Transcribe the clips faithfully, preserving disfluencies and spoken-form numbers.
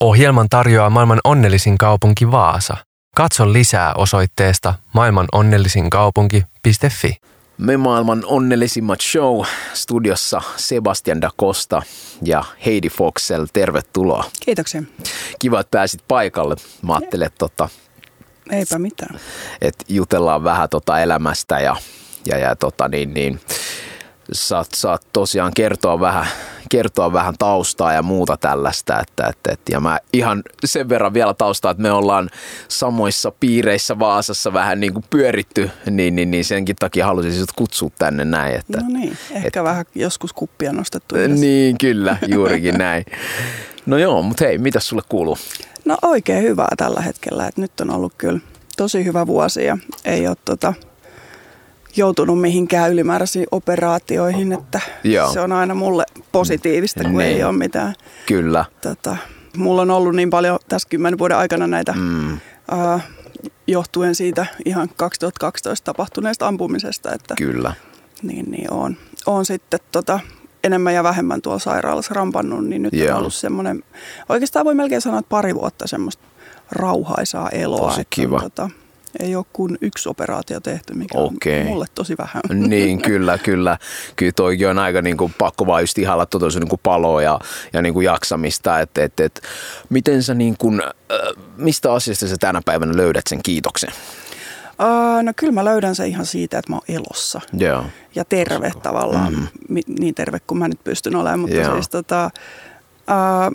Ohjelman tarjoaa maailman onnellisin kaupunki Vaasa. Katso lisää osoitteesta maailman onnellisin kaupunki piste fi. Me maailman onnellisimmat show studiossa Sebastian da Costa ja Heidi Foxell. Tervetuloa. Kiitoksia. Kiva, että pääsit paikalle. Mä ajattelin, että tota, Eipä mitään. Et jutellaan vähän tota elämästä ja, ja, ja tota niin, niin, saat, saat tosiaan kertoa vähän, kertoa vähän taustaa ja muuta tällaista. Että, että, et, ja mä ihan sen verran vielä taustaa, että me ollaan samoissa piireissä Vaasassa vähän niin kuin pyöritty, niin, niin, niin senkin takia halusin sut kutsua tänne näin. Että, no niin, ehkä että, vähän joskus kuppia nostettu yhdessä. Niin, kyllä, juurikin näin. No joo, mutta hei, mitäs sulle kuuluu? No oikein hyvää tällä hetkellä, että nyt on ollut kyllä tosi hyvä vuosi ja ei ole tota, joutunut mihinkään ylimääräisiin operaatioihin, että Joo. se on aina mulle positiivista, kun niin. ei ole mitään. Kyllä. Tota, mulla on ollut niin paljon tässä kymmenen vuoden aikana näitä mm. uh, johtuen siitä ihan kaksituhattakaksitoista tapahtuneesta ampumisesta, että Kyllä. niin, niin on, on sitten tota, enemmän ja vähemmän tuolla sairaalassa rampannut, niin nyt Joo. on ollut semmoinen, oikeastaan voi melkein sanoa, että pari vuotta semmoista rauhaisaa eloa. Tosi kiva. Että, tota, ei ole kuin yksi operaatio tehty, mikä Okei. on mulle tosi vähän. Niin, kyllä, kyllä. Kyllä toikin on aika niin kuin pakko vaan just ihailla tuota niin kuin paloa ja, ja niin kuin jaksamista. Et, et, et, miten sä niin kuin, äh, mistä asiasta sä tänä päivänä löydät sen kiitoksen? Uh, no kyllä mä löydän sen ihan siitä, että mä oon elossa. Joo. Ja terve tavallaan. Mm. Niin terve kuin mä nyt pystyn olemaan, mutta Joo. siis tota... Uh,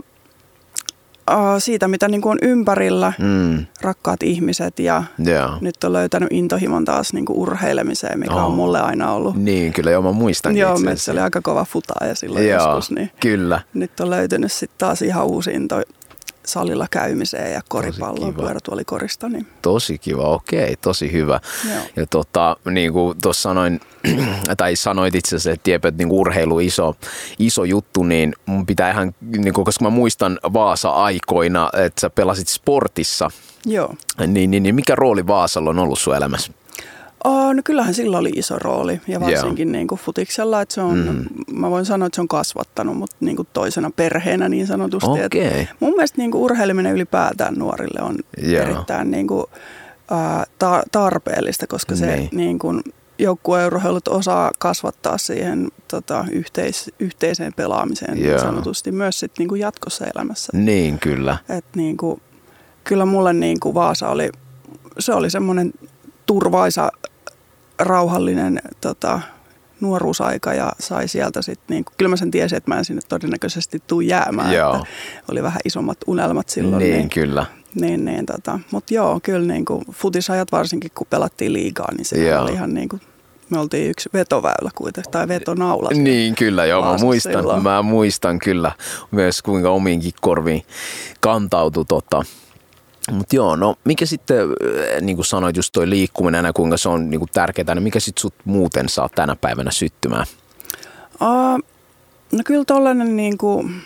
Uh, siitä, mitä niin kuin on ympärillä, mm. rakkaat ihmiset ja yeah. nyt on löytänyt intohimon taas niin kuin urheilemiseen, mikä oh. on mulle aina ollut. Niin, kyllä joo, mä muistan. Joo, se oli aika kova futaaja silloin joo, joskus. Niin kyllä. Nyt on löytynyt sitten taas ihan uusi into salilla käymiseen ja koripalloon, pyörätuolikorista. Niin. Tosi kiva, okei, tosi hyvä. Joo. Ja tota, niin kuin tuossa sanoin, tai sanoit itse asiassa, että tiedät, että niin urheilu iso, iso juttu, niin mun pitää ihan, niin kuin, koska mä muistan Vaasa-aikoina, että sä pelasit sportissa. Joo. Niin, niin, niin mikä rooli Vaasalla on ollut sun elämässä? Oh, no kyllähän sillä oli iso rooli ja varsinkin niin kuin futiksella, että se on, mm. mä voin sanoa, että se on kasvattanut mut niin kuin toisena perheenä niin sanotusti. Okay. Mun mielestä niin kuin urheileminen ylipäätään nuorille on yeah. erittäin niin kuin, ä, ta- tarpeellista, koska se niin. niin kuin, joukkueurheilut osaa kasvattaa siihen tota, yhteis- yhteiseen pelaamiseen yeah. niin sanotusti myös sit, niin kuin jatkossa elämässä. Niin, kyllä. Et, niin kuin, kyllä mulle niin kuin Vaasa oli, se oli semmoinen turvaisa, rauhallinen tota, nuoruusaika ja sai sieltä sitten, niin kyllä mä sen tiesin, että mä en sinne todennäköisesti tule jäämään. Että oli vähän isommat unelmat silloin. Niin, niin kyllä. Niin, niin, tota, mutta joo, kyllä niin kuin futisajat varsinkin, kun pelattiin liigaa, niin se joo. oli ihan niin kuin, me oltiin yksi vetoväylä kuitenkin, tai vetonaula. Niin, kyllä, joo, mä muistan, silloin. mä muistan kyllä myös, kuinka omiinkin korviin kantautui tota. Mutta joo, no mikä sitten, niin kuin sanoit, just toi liikkuminen ja kuinka se on niin kuin tärkeää, niin mikä sitten sut muuten saa tänä päivänä syttymään? Uh, no kyllä tollainen niin kuin,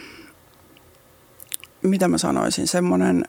mitä mä sanoisin, semmoinen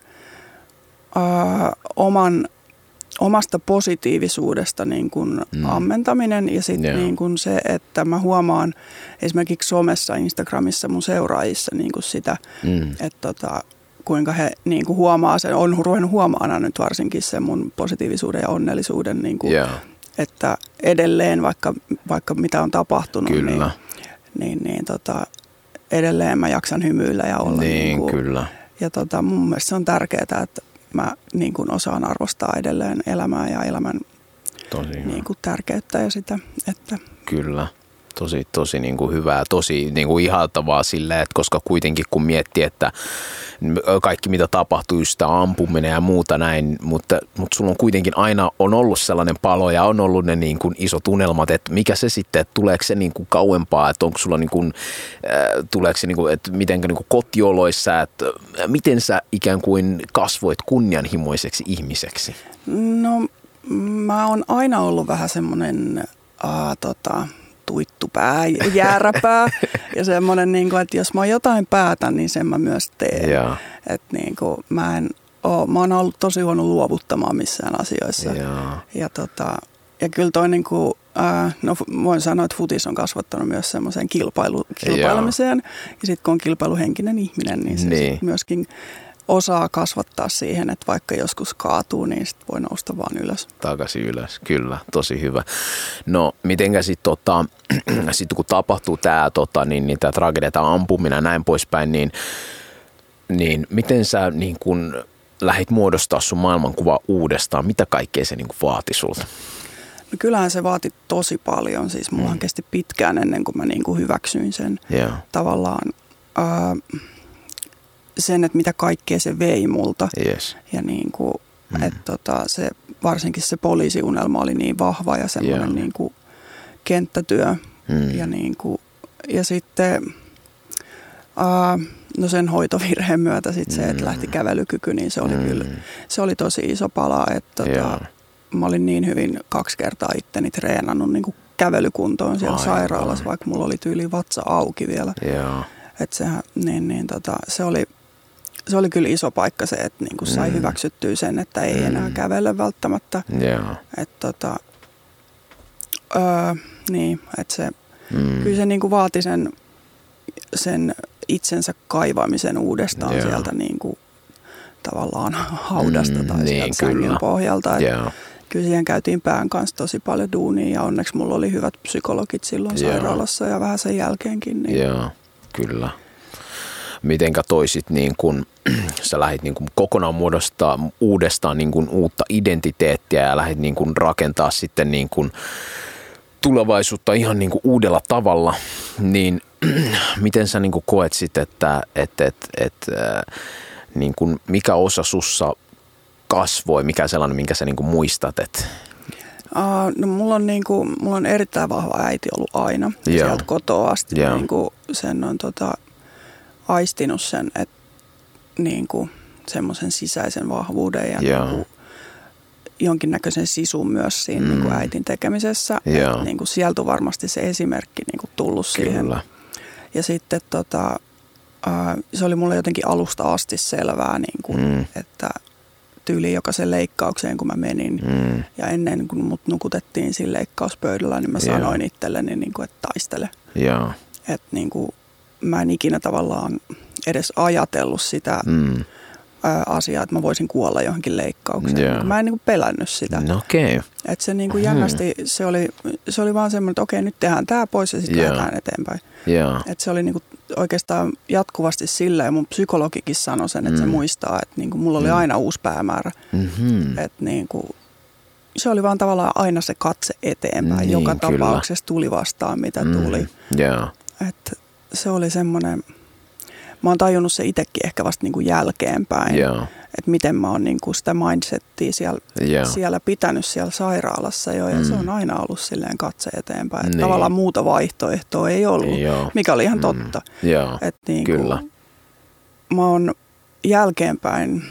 uh, oman, omasta positiivisuudesta niin kuin mm. ammentaminen ja sitten niin kuin se, että mä huomaan esimerkiksi somessa, Instagramissa mun seuraajissa niin kuin sitä, mm. että tota, kuinka he niin kuin huomaa sen, on ruvennut huomaamaan nyt varsinkin sen mun positiivisuuden ja onnellisuuden, niin kuin, yeah. että edelleen vaikka, vaikka mitä on tapahtunut, kyllä. niin, niin, niin tota, edelleen mä jaksan hymyillä ja olla. Niin, niin kuin, kyllä. Ja tota, mun mielestä se on tärkeää, että mä niin kuin osaan arvostaa edelleen elämää ja elämän niin kuin tärkeyttä ja sitä, että kyllä. Tosi, tosi niin kuin hyvää, tosi niin kuin ihaltavaa silleen, että koska kuitenkin kun miettii, että kaikki mitä tapahtuu, just sitä ampuminen ja muuta näin, mutta, mutta sulla on kuitenkin aina on ollut sellainen palo ja on ollut ne niin kuin isot unelmat, että mikä se sitten, että tuleeko se niin kuin kauempaa, että onko sulla niin kuin, äh, tuleeko se niin kuin, että mitenkä niin kuin kotioloissa, että miten sä ikään kuin kasvoit kunnianhimoiseksi ihmiseksi? No mä oon aina ollut vähän semmoinen äh, tota... tuittupää, jääräpää ja semmoinen, niin kuin, että jos mä jotain päätän, niin sen mä myös teen. Yeah. Että niin kuin, mä en ole, mä oon ollut tosi huono luovuttamaan missään asioissa. Yeah. Ja, tota, ja kyllä toi niin kuin, äh, no voin sanoa, että futis on kasvattanut myös semmoiseen kilpailu, kilpailemiseen. Yeah. Ja sitten kun on kilpailuhenkinen ihminen, niin se niin. myöskin osaa kasvattaa siihen, että vaikka joskus kaatuu, niin sit voi nousta vaan ylös. Takaisin ylös, kyllä, tosi hyvä. No, mitenkä sitten tota, sit kun tapahtuu tämä tota, niin, niin tragedia, tämä ampuminen ja näin poispäin, niin, niin miten sä niin kun lähdit muodostaa sun maailmankuva uudestaan? Mitä kaikkea se niin kun vaati sulta? No kyllähän se vaati tosi paljon. Siis mullahan mm. kesti pitkään ennen kuin mä niin kuin hyväksyin sen yeah. tavallaan ää, sen, että mitä kaikkea se vei multa. Yes. Ja niin kuin, mm. että tota, se, varsinkin se poliisiunelma oli niin vahva ja semmoinen yeah. niin kuin kenttätyö. Mm. Ja, niin kuin, ja sitten ää, no sen hoitovirheen myötä sit se, että lähti kävelykyky, niin se oli mm. kyllä, se oli tosi iso pala, että tota, yeah. mä olin niin hyvin kaksi kertaa itteni treenannut niin kuin kävelykuntoon siellä Aivan. sairaalassa, vaikka mulla oli tyyli vatsa auki vielä. Yeah. Et sehän, niin, niin, tota, se, oli, se oli kyllä iso paikka se, että niin kuin sai mm. hyväksyttyä sen, että ei mm. enää kävele välttämättä. Yeah. Et, tota, öö, niin, että se, mm. kyllä se niin kuin vaati sen, sen itsensä kaivamisen uudestaan yeah. sieltä niin kuin, tavallaan haudasta mm, tai niin, sieltä sängyn pohjalta. Yeah. Kyllä siihen käytiin pään kanssa tosi paljon duunia ja onneksi mulla oli hyvät psykologit silloin yeah. sairaalassa ja vähän sen jälkeenkin. Niin. Joo, kyllä. Mitenkä toisit, niin kun sä lähdit niin kun kokonaan muodostaa uudestaan niin kun uutta identiteettiä ja lähdit niin kun rakentaa sitten niin kun tulevaisuutta ihan niin kun uudella tavalla, niin miten sä niin kun koet sitten, että et, et, et, äh, niin kun mikä osa sussa kasvoi, mikä sellainen, minkä sä niin kun muistat? Et? Uh, no mulla on, niin kuin, mulla on erittäin vahva äiti ollut aina yeah. sieltä kotoa asti. Yeah. Niin kuin sen on tota, aistinut sen, että niin kuin semmoisen sisäisen vahvuuden ja yeah. niin kuin jonkinnäköisen sisun myös siinä mm. niin kuin äitin tekemisessä. Yeah. Et, niin kuin sieltä on varmasti se esimerkki niin kuin tullut Kyllä. siihen. Ja sitten tota, uh, se oli mulle jotenkin alusta asti selvää, niin kuin, mm. että tyyliin jokaisen leikkaukseen, kun mä menin. Mm. Ja ennen kuin mut nukutettiin siinä leikkauspöydällä, niin mä sanoin yeah. itselleni, niin kuin, että taistele. Yeah. Että niin kuin, mä en ikinä tavallaan edes ajatellut sitä mm. ä, asiaa, että mä voisin kuolla johonkin leikkaukseen. Yeah. Mä en niin kuin pelännyt sitä. No okei. Okay. Että se niin kuin jännästi, se oli, se oli vaan semmoinen, että okei, nyt tehdään tää pois ja sitten yeah. lähdetään eteenpäin. Yeah. Että se oli niin kuin oikeastaan jatkuvasti sillä, ja mun psykologikin sanoi sen, että mm. se muistaa, että niin kuin mulla oli aina uusi päämäärä. Mm-hmm. Että niin kuin, se oli vaan tavallaan aina se katse eteenpäin. Niin, joka kyllä. tapauksessa tuli vastaan, mitä mm. tuli. Yeah. Että se oli semmoinen, mä oon tajunnut se itsekin ehkä vasta niin kuin jälkeenpäin. Yeah. Että miten mä oon niin kuin sitä mindsettiä siellä, yeah. siellä pitänyt siellä sairaalassa jo. Ja mm. se on aina ollut silleen katse eteenpäin. Että niin. tavallaan muuta vaihtoehtoa ei ollut, Joo. mikä oli ihan totta. Mm. Yeah. Että niin Kyllä. kuin, mä oon jälkeenpäin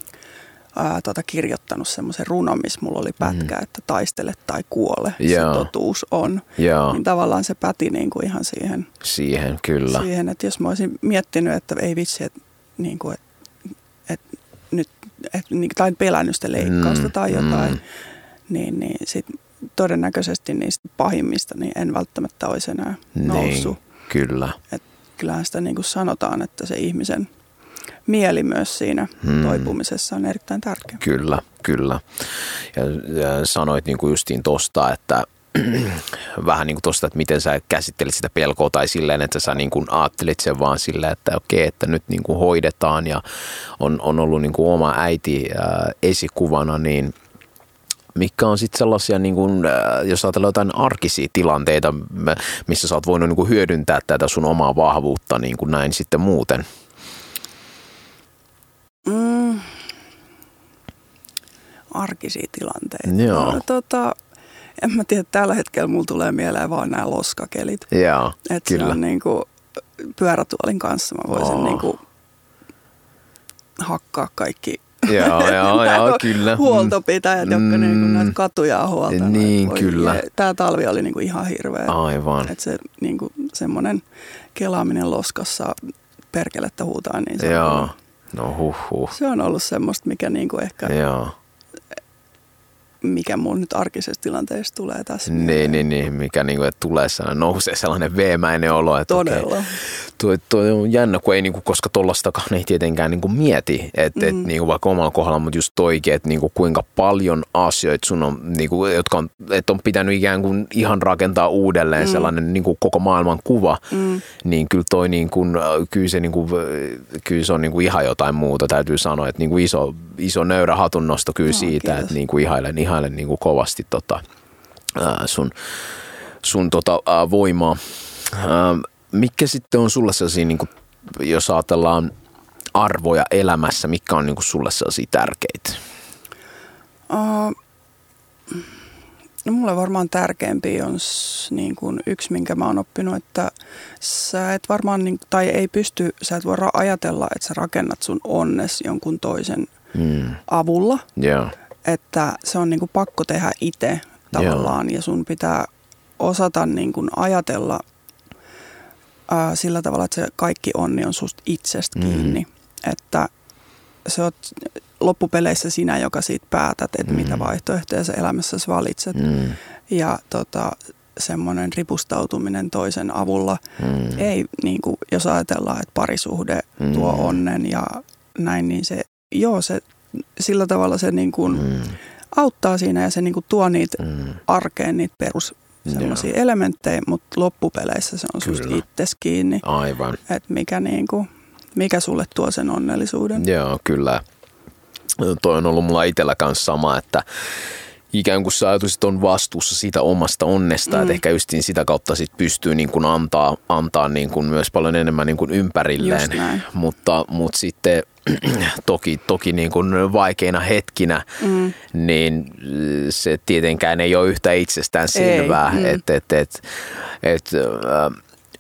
ää, tota, kirjoittanut semmoisen runon, missä mulla oli pätkä, mm. että taistele tai kuole. Yeah. Se totuus on. Yeah. Niin tavallaan se päti niin kuin ihan siihen. Siihen, kyllä. Siihen, että jos mä olisin miettinyt, että ei vitsi, että, niin kuin, että, että nyt, että, tai pelännyt sitä leikkausta mm. tai jotain, mm. niin, niin sit todennäköisesti niistä pahimmista niin en välttämättä olisi enää noussut. Niin, kyllä. Et kyllähän sitä niin kuin sanotaan, että se ihmisen mieli myös siinä hmm. toipumisessa on erittäin tärkeä. Kyllä, kyllä. Ja, ja sanoit niin kuin justiin tosta, että vähän niin kuin tosta, että miten sä käsittelit sitä pelkoa tai silleen, että sä niin kuin ajattelit sen vaan silleen, että okei, että nyt niin kuin hoidetaan ja on, on ollut niin kuin oma äiti ää, esikuvana, niin mikä on sitten sellaisia, niin kun, jos ajatellaan jotain arkisia tilanteita, missä sä oot voinut niin kun hyödyntää tätä sun omaa vahvuutta niin kun näin sitten muuten? Mm. Arkisia tilanteita. Joo. No, tota, en mä tiedä, tällä hetkellä mulla tulee mieleen vaan nämä loskakelit. Joo, että kyllä. se on niin kuin pyörätuolin kanssa mä voisin oh. niin kuin hakkaa kaikki Joo, joo, joo, kyllä. huoltopitäjät, jotka mm. niinku näitä katuja huoltaa. Niin, kyllä. Tämä talvi oli niinku ihan hirveä. Aivan. Että se niinku semmoinen kelaaminen loskassa perkelettä huutaa, niin se joo. on, no huh huh. se on ollut semmoista, mikä niinku ehkä, joo. mikä mulla nyt arkisessa tilanteessa tulee tässä. Niin, niin, niin, mikä niin kuin, että tulee sellainen, nousee sellainen veemäinen olo. Että todella. Okay, toi, toi on jännä, kun ei, niin kuin, koska tollastakaan ei tietenkään niin kuin mieti, että mm. et, niin kuin vaikka omalla kohdalla, mutta just toikin, että niin kuin, kuinka paljon asioita sun on, niin kuin, jotka on, että on pitänyt ikään kuin ihan rakentaa uudelleen mm. sellainen niin kuin koko maailman kuva, mm. niin kyllä toi niin kuin, kyllä se, niin kuin, kyllä se on niin kuin ihan jotain muuta, täytyy sanoa, että niin kuin iso, iso nöyrä hatunnosto kyllä no, siitä, kiitos. Että niin kuin ihailen, ihailen niin kuin kovasti tota, ää, sun, sun tota, ää, voimaa. Ää, Mikä sitten on sulle sellaisia, niin kuin, jos ajatellaan arvoja elämässä, mitkä on niin kuin sulle sellaisia tärkeitä? Uh, no mulle varmaan tärkeämpi on niin kuin yksi, minkä mä oon oppinut, että sä et varmaan, niin, tai ei pysty, sä et voi ajatella, että sä rakennat sun onnes jonkun toisen mm. avulla. Yeah. Että se on niin kuin pakko tehdä itse tavallaan yeah. ja sun pitää osata niin kuin ajatella Ää, sillä tavalla, että se kaikki onni on susta itsestä kiinni. Mm. Että se on loppupeleissä sinä, joka siitä päätät, että mm. mitä vaihtoehtoja sä elämässäsi valitset. Mm. Ja tota, semmoinen ripustautuminen toisen avulla mm. ei, niin kuin, jos ajatellaan, että parisuhde mm. tuo onnen ja näin, niin se, joo, se, sillä tavalla se niin kuin mm. auttaa siinä ja se niin kuin tuo niitä mm. arkeen, niitä perus sellaisia Joo. elementtejä, mutta loppupeleissä se on kyllä. susta itses kiinni. Aivan. Että mikä, niinku, mikä sulle tuo sen onnellisuuden. Joo, kyllä. Toi on ollut mulla itsellä kanssa sama, että ikään kuin sä ajatuisit on vastuussa siitä omasta onnesta, mm. että ehkä just sitä kautta sit pystyy niin kuin antaa, antaa niin kuin myös paljon enemmän niin kuin ympärilleen. Mutta, mutta sitten toki, toki niin kuin vaikeina hetkinä, mm. niin se tietenkään ei ole yhtä itsestään selvää, mm. että et, et, et, äh,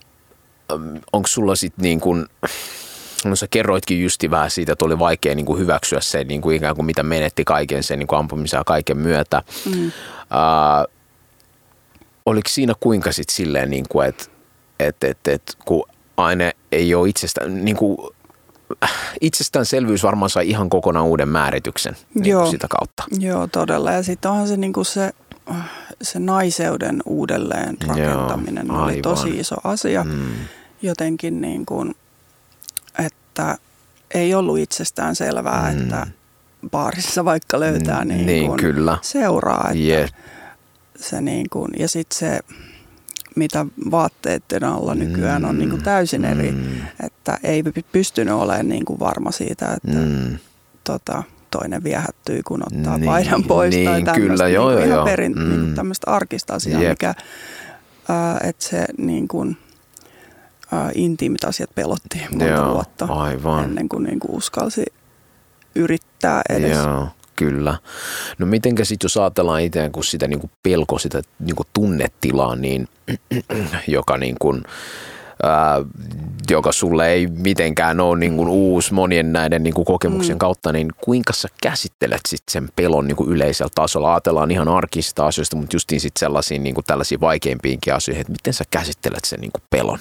onko sulla sitten niin kuin, no sä kerroitkin justi vähän siitä, että oli vaikea niin kuin hyväksyä se niin kuin ikään kuin mitä menetti kaiken sen niin kuin ampumisen ja kaiken myötä. Mm. Äh, oliko siinä kuinka sitten silleen, niin kuin, että et, et, et, kun aina ei ole itsestään, niin kuin, itsestäänselvyys varmaan sai ihan kokonaan uuden määrityksen niin kuin sitä kautta. Joo, todella. Ja sitten onhan se, niin kuin se, se naiseuden uudelleen rakentaminen Joo, oli tosi iso asia. Mm. Jotenkin niin kuin, että ei ollut itsestään selvää, mm. että baarissa vaikka löytää niin, niin kuin kyllä. seuraa. Että yeah. se niin kuin, ja sitten se, mitä vaatteiden alla nykyään mm. on niin kuin täysin eri, mm. että ei pystynyt olemaan niin kuin varma siitä, että mm. tota, toinen viehättyy, kun ottaa niin, paidan pois niin, tai tämmöistä niin joo, ihan joo. perin, mm. niin tämmöistä arkista asiaa, yep. mikä, äh, että se niin kuin, äh, intiimit asiat pelotti monta joo, vuotta aivan. ennen kuin, niin kuin uskalsi yrittää edes. Joo. Kyllä. No mitenkä sitten jos ajatellaan itse kun sitä niinku pelko, sitä niinku tunnetilaa, niin joka, niinku, ää, joka sulle ei mitenkään ole niinku uusi monien näiden niinku kokemuksien mm. kautta, niin kuinka sä käsittelet sitten sen pelon niinku yleisellä tasolla? Ajatellaan ihan arkisista asioista, mutta justiin sitten sellaisiin niinku tällaisiin vaikeimpiinkin asioihin, että miten sä käsittelet sen niinku pelon?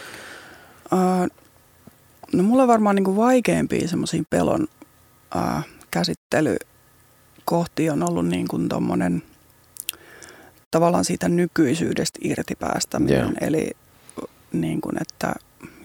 Uh, no mulla on varmaan niinku vaikeimpia semmoisia pelon uh, käsittely kohti on ollut niin kuin tommonen tavallaan siitä nykyisyydestä irti päästäminen. Yeah. Eli niin kuin, että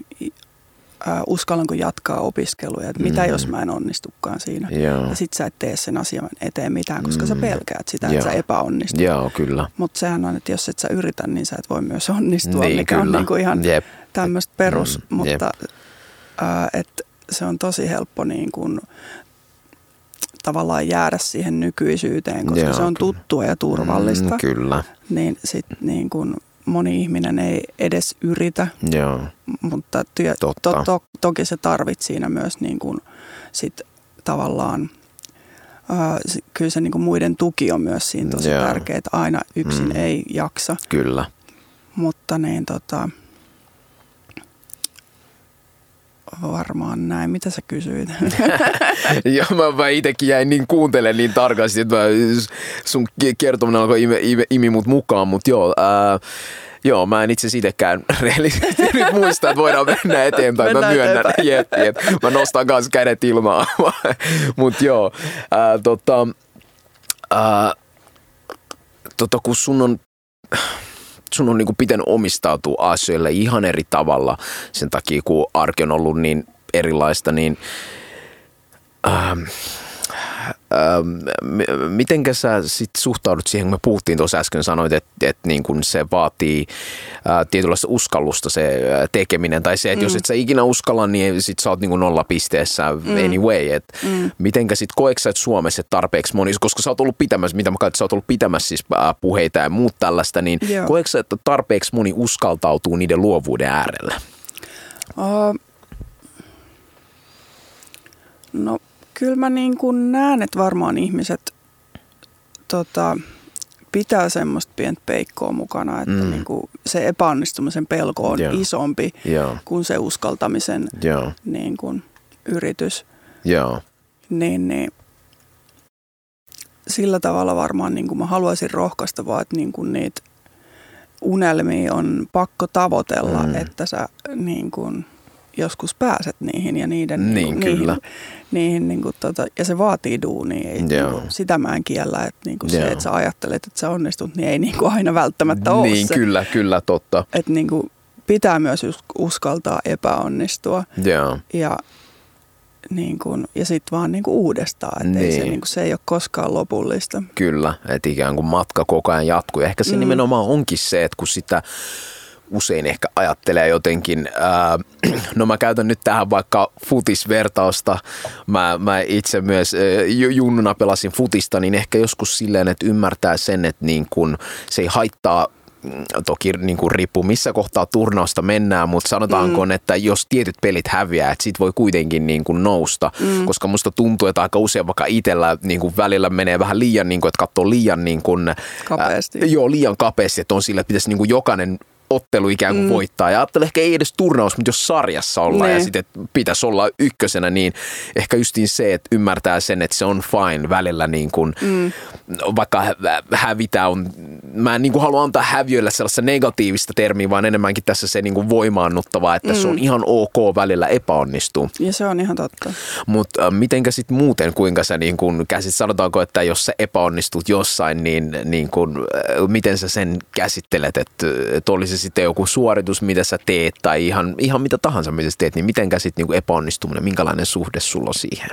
äh, uskallanko jatkaa opiskeluja, että mm. mitä jos mä en onnistukaan siinä. Yeah. Ja sit sä et tee sen asian eteen mitään, koska mm. sä pelkäät sitä, yeah. että sä epäonnistut. Yeah, kyllä. Mutta sehän on, että jos et sä yritä, niin sä et voi myös onnistua, niin, mikä kyllä. on niin kuin ihan yep. tämmöistä perus. Mm. Mutta äh, että se on tosi helppo niin kuin tavallaan jäädä siihen nykyisyyteen, koska Joo, se on tuttua ja turvallista. Mm, kyllä. Niin sitten niin kun moni ihminen ei edes yritä, Joo. mutta työ, to, to, toki se tarvit siinä myös niin kun sit tavallaan, ää, kyllä se niin kun muiden tuki on myös siinä tosi Joo. tärkeää, että aina yksin mm. ei jaksa. Kyllä. Mutta niin tota... Varmaan näin. Mitä sä kysyit? Joo, mä, mä itsekin jäin niin kuuntelemaan niin tarkasti, että mä, sun kertominen alkoi imi, imi, imi mut mukaan, mutta joo, ää, joo, mä en itse itsekään rehellisesti nyt muista, että voidaan mennä eteenpäin. Mennään mä myönnän, jep, jep. Mä nostan kanssa kädet ilmaan. Mutta joo, ää, tota, ää, tota, kun sun on, sun on niin kuin pitänyt omistautua asioille ihan eri tavalla sen takia, kun arki on ollut niin erilaista, niin ähm, ähm, mitenkä sä sit suhtaudut siihen, kun me puhuttiin tuossa äsken, sanoit, että, että niin kun se vaatii äh, tietynlaista uskallusta se tekeminen, tai se, että mm. jos et sä ikinä uskalla, niin sit sä oot niin kuin nolla pisteessä mm. anyway, että mm. mitenkä sit koetko sä, että Suomessa tarpeeksi moni, koska sä oot ollut pitämässä, mitä mä katsoin, sä oot ollut pitämässä siis äh, puheita ja muut tällaista, niin Joo. koetko sä, että tarpeeksi moni uskaltautuu niiden luovuuden äärellä? Uh, no kyllä mä niin kuin näen, että varmaan ihmiset tota, pitää semmoista pientä peikkoa mukana, että mm. niin kuin se epäonnistumisen pelko on Joo. isompi Joo. kuin se uskaltamisen Joo. Niin kuin yritys. Joo. Niin, niin sillä tavalla varmaan niin kuin mä haluaisin rohkaista vaan, että niin kuin niitä unelmia on pakko tavoitella, mm. että sä niin kuin joskus pääset niihin ja niiden niin, niihin, kyllä. niihin niin kuin, tota, ja se vaatii duunia. Ei, niin kuin, sitä mä en kiellä, että niin kuin se, että sä ajattelet, että sä onnistut, niin ei niin kuin aina välttämättä ole niin, se. kyllä, kyllä, totta. Että niin kuin pitää myös uskaltaa epäonnistua. Joo. Ja niin kuin, ja sitten vaan niin kuin uudestaan, että niin. ei se, niin kuin, se ei ole koskaan lopullista. Kyllä, että ikään kuin matka koko ajan jatkuu. Ja ehkä se mm. nimenomaan onkin se, että kun sitä usein ehkä ajattelee jotenkin, ää, no mä käytän nyt tähän vaikka futisvertausta, mä, mä itse myös ää, junnuna pelasin futista, niin ehkä joskus silleen, että ymmärtää sen, että niin kun se ei haittaa, toki niin kuin riippuu missä kohtaa turnausta mennään, mutta sanotaanko, mm. että jos tietyt pelit häviää, että sit voi kuitenkin niin kuin nousta, mm. koska musta tuntuu, että aika usein vaikka itsellä niin kuin välillä menee vähän liian, niin kuin, että katsoo liian niin kuin, kapeasti. Äh, joo, liian kapeasti, että on sillä, että pitäisi niin kuin jokainen ottelu ikään kuin mm. voittaa. Ja ajattelin ehkä ei edes turnaus, mutta jos sarjassa ollaan ne. ja sitten pitäisi olla ykkösenä, niin ehkä justiin se, että ymmärtää sen, että se on fine välillä niin kuin, mm. vaikka hävitä on, mä en niin kuin halua antaa häviöillä sellaista negatiivista termiä, vaan enemmänkin tässä se niin kuin voimaannuttavaa, että mm. se on ihan ok välillä epäonnistuu. Ja se on ihan totta. Mutta äh, mitenkä sitten muuten, kuinka sä niin kuin käsit, sanotaanko, että jos sä epäonnistut jossain, niin, niin kuin, äh, miten sä sen käsittelet, että, että olisi sitten joku suoritus, mitä sä teet, tai ihan, ihan mitä tahansa, mitä sä teet, niin mitenkä sitten niin epäonnistuminen, minkälainen suhde sulla on siihen?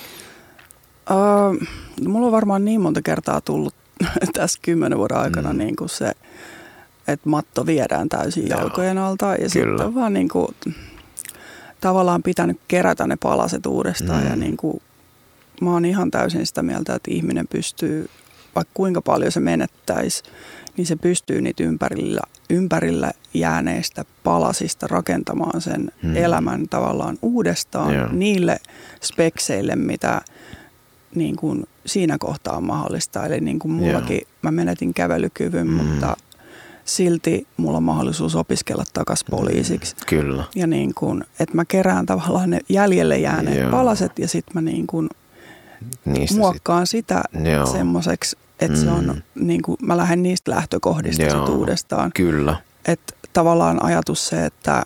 Uh, mulla on varmaan niin monta kertaa tullut tässä kymmenen vuoden aikana mm. niin kuin se, että matto viedään täysin Joo. jalkojen alta, ja Kyllä. sitten on vaan niin kuin, tavallaan pitänyt kerätä ne palaset uudestaan, mm. ja niin kuin, mä oon ihan täysin sitä mieltä, että ihminen pystyy, vaikka kuinka paljon se menettäisi, niin se pystyy niitä ympärillä, ympärillä jääneistä palasista rakentamaan sen hmm. elämän tavallaan uudestaan yeah. niille spekseille, mitä niin kuin siinä kohtaa on mahdollista. Eli niin kuin mullakin, yeah. mä menetin kävelykyvyn, hmm. mutta silti mulla on mahdollisuus opiskella takaisin poliisiksi. Hmm. Kyllä. Ja niin kuin, että mä kerään tavallaan ne jäljelle jääneet yeah. palaset ja sitten mä niin kuin muokkaan sit. sitä yeah. semmoiseksi, että mm. se on, niin kuin, mä lähden niistä lähtökohdista sit uudestaan. Kyllä. Että tavallaan ajatus se, että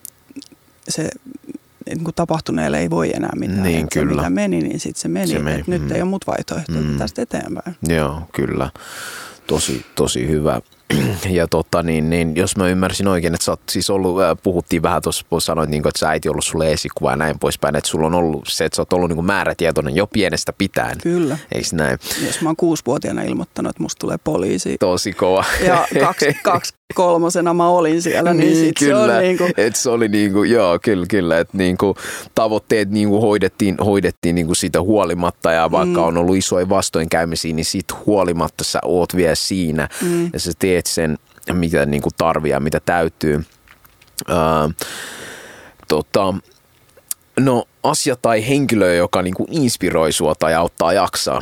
se niin kuin tapahtuneelle ei voi enää mitään. Niin, että se mitä meni, niin sitten se meni. Se meni. Että mm. nyt ei ole mut vaihtoehtoja mm. tästä eteenpäin. Joo, kyllä. Tosi, tosi hyvä. Ja tota, niin, niin, jos mä ymmärsin oikein, että sä oot siis ollut, puhuttiin vähän tuossa, sanoit, niin kuin, että sä äiti ollut sulle esikuva ja näin poispäin, että sulla on ollut se, että sä oot ollut niin kuin määrätietoinen jo pienestä pitäen. Kyllä. Eiks näin? Jos mä oon kuusivuotiaana ilmoittanut, että musta tulee poliisi. Tosi kova. Ja kaksi, kaksi kolmosena mä olin siellä, niin, niin sit kyllä. se on niin kuin. Että se oli niin kuin, joo, kyllä, kyllä, että niin kuin tavoitteet niin kuin hoidettiin, hoidettiin niin kuin siitä huolimatta, ja vaikka mm. on ollut isoja vastoinkäymisiä, niin siitä huolimatta sä oot vielä siinä, mm. ja sä teet sen, mitä niin kuin tarvii ja mitä täytyy. Ää, tota, no asia tai henkilö, joka niin kuin inspiroi sua tai auttaa jaksaa.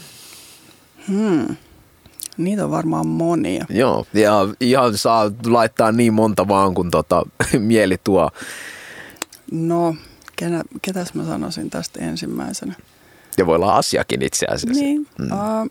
Hmm. Niitä on varmaan monia. Joo, ja ihan saa laittaa niin monta vaan, kun tota, mieli tuo. No, kenä, ketäs mä sanoisin tästä ensimmäisenä? Ja voi olla asiakin itse asiassa. Niin. Mm. Uh,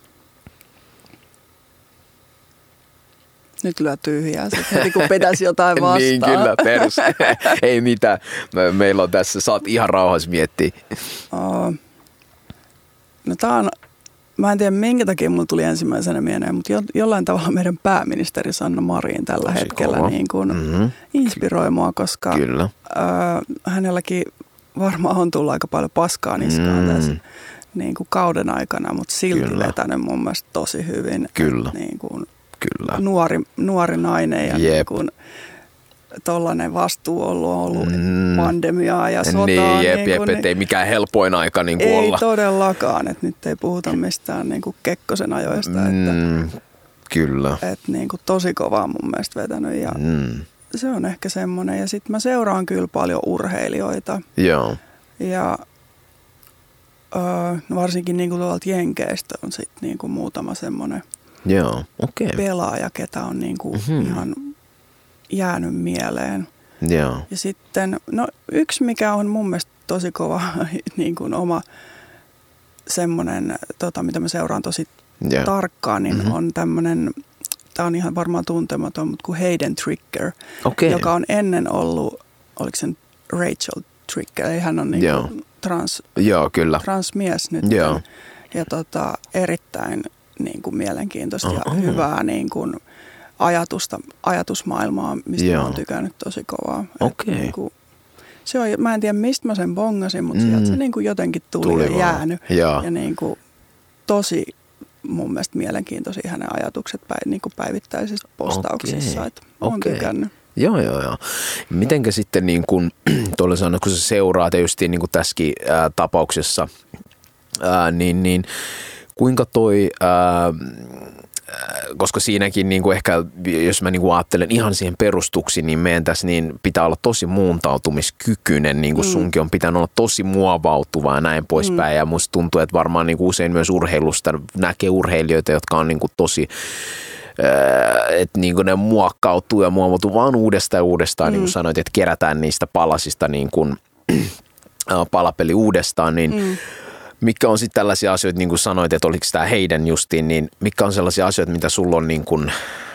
nyt lyö tyhjää sitten, heti kun pitäisi jotain vastaan. Niin kyllä, perus. Ei mitään. Meillä on tässä, saat ihan rauhassa miettiä. Uh, no tää on mä en tiedä minkä takia mulla tuli ensimmäisenä mieleen, mutta jo, jollain tavalla meidän pääministeri Sanna Marin tällä Tosi hetkellä niin kuin mm-hmm. inspiroi mua, koska Kyllä. Äh, hänelläkin varmaan on tullut aika paljon paskaa niskaan mm. tässä niin kuin kauden aikana, mutta silti Kyllä. vetänyt mun mielestä tosi hyvin. Kyllä. Niin kuin Kyllä. Nuori, nuori nainen ja niin kuin tollainen vastuu ollut, ollut mm. pandemiaa ja sotaa. Niin, jep, niin jep, kuin, ettei mikään helpoin aika niin kuin ei olla. Ei todellakaan, että nyt ei puhuta mistään niin kuin Kekkosen ajoista. Mm, että, kyllä. Että niin kuin tosi kovaa mun mielestä vetänyt ja mm. se on ehkä semmoinen. Ja sitten mä seuraan kyllä paljon urheilijoita. Joo. Ja ö, varsinkin niin kuin tuolta Jenkeistä on sitten niin kuin muutama semmoinen Joo, okay. pelaaja, ketä on niin kuin mm-hmm. ihan jäänyt mieleen. Joo. Ja sitten, no yksi mikä on mun mielestä tosi kova niin kuin oma semmoinen, tota, mitä mä seuraan tosi yeah. tarkkaan, niin mm-hmm. on tämmöinen, tää on ihan varmaan tuntematon, mutta kuin Hayden Tricker, okay. joka on ennen ollut, oliko se Rachel Tricker, eli hän on niin kuin trans, Joo, kyllä. transmies nyt. Joo. Ja tota, erittäin niin kuin mielenkiintoista uh-huh. ja hyvää niin kuin ajatusta, ajatusmaailmaa, mistä Joo. mä oon tykännyt tosi kovaa. Okay. Niin kuin, se on, mä en tiedä mistä mä sen bongasin, mutta mm. sieltä se niin kuin jotenkin tuli, tuli ja jäänyt. Ja, ja niin kuin, tosi mun mielestä mielenkiintoisia hänen ajatukset päin, niin kuin päivittäisissä postauksissa. Okay. Että mä oon okay. tykännyt. Joo, joo, joo. Mitenkä sitten niin kuin, tuolla sanoo, kun sä seuraat ja just niin kuin tässäkin ää, tapauksessa, ää, niin, niin kuinka toi, ää, koska siinäkin niin kuin ehkä, jos mä niin kuin ajattelen ihan siihen perustuksi, niin meidän tässä niin pitää olla tosi muuntautumiskykyinen, niin kuin mm. sunkin on pitänyt olla tosi muovautuva ja näin poispäin. Mm. Ja musta tuntuu, että varmaan niin kuin usein myös urheilusta näkee urheilijoita, jotka on niin kuin tosi, että niin kuin ne muokkautuu ja muovautuu vaan uudestaan ja uudestaan, mm. niin kuin sanoit, että kerätään niistä palasista niin kuin palapeli uudestaan, niin mm. mitkä on sitten tällaisia asioita, niin kuin sanoit, että oliko tämä heidän justiin, niin mitkä on sellaisia asioita, mitä sulla on niin kuin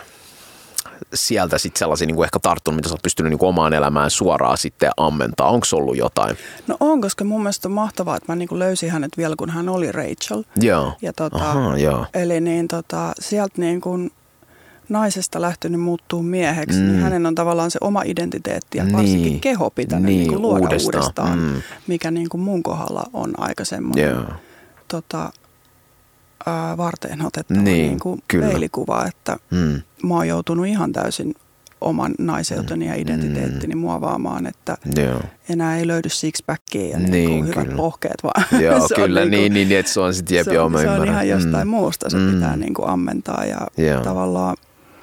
sieltä sitten sellaisia niin kuin ehkä tarttunut, mitä sä oot pystynyt niin kuin omaan elämään suoraan sitten ammentaa? Onko ollut jotain? No on, koska mun mielestä on mahtavaa, että mä niin kuin löysin hänet vielä, kun hän oli Rachel. Joo. Ja tota, Aha, joo. Eli niin tota, sieltä niin kuin naisesta lähtenyt muuttuu mieheksi, mm. niin hänen on tavallaan se oma identiteetti ja varsinkin niin. keho pitänyt niin, niin kuin luoda uudestaan, uudestaan mm. mikä niin kuin mun kohdalla on aika semmoinen yeah. tota, ää, varteen otettava niin, niin kuin peilikuva, että mm. mä oon joutunut ihan täysin oman naiseuteni ja identiteettini mm. muovaamaan, että yeah. enää ei löydy sixpackia ja niin, niin hyvät kyllä. pohkeet, vaan joo, se kyllä, on, niin, niin, niin, että se on sitten jepi, joo, mä se ymmärrän. on ihan jostain mm. muusta, se mm. pitää niin kuin ammentaa ja yeah. tavallaan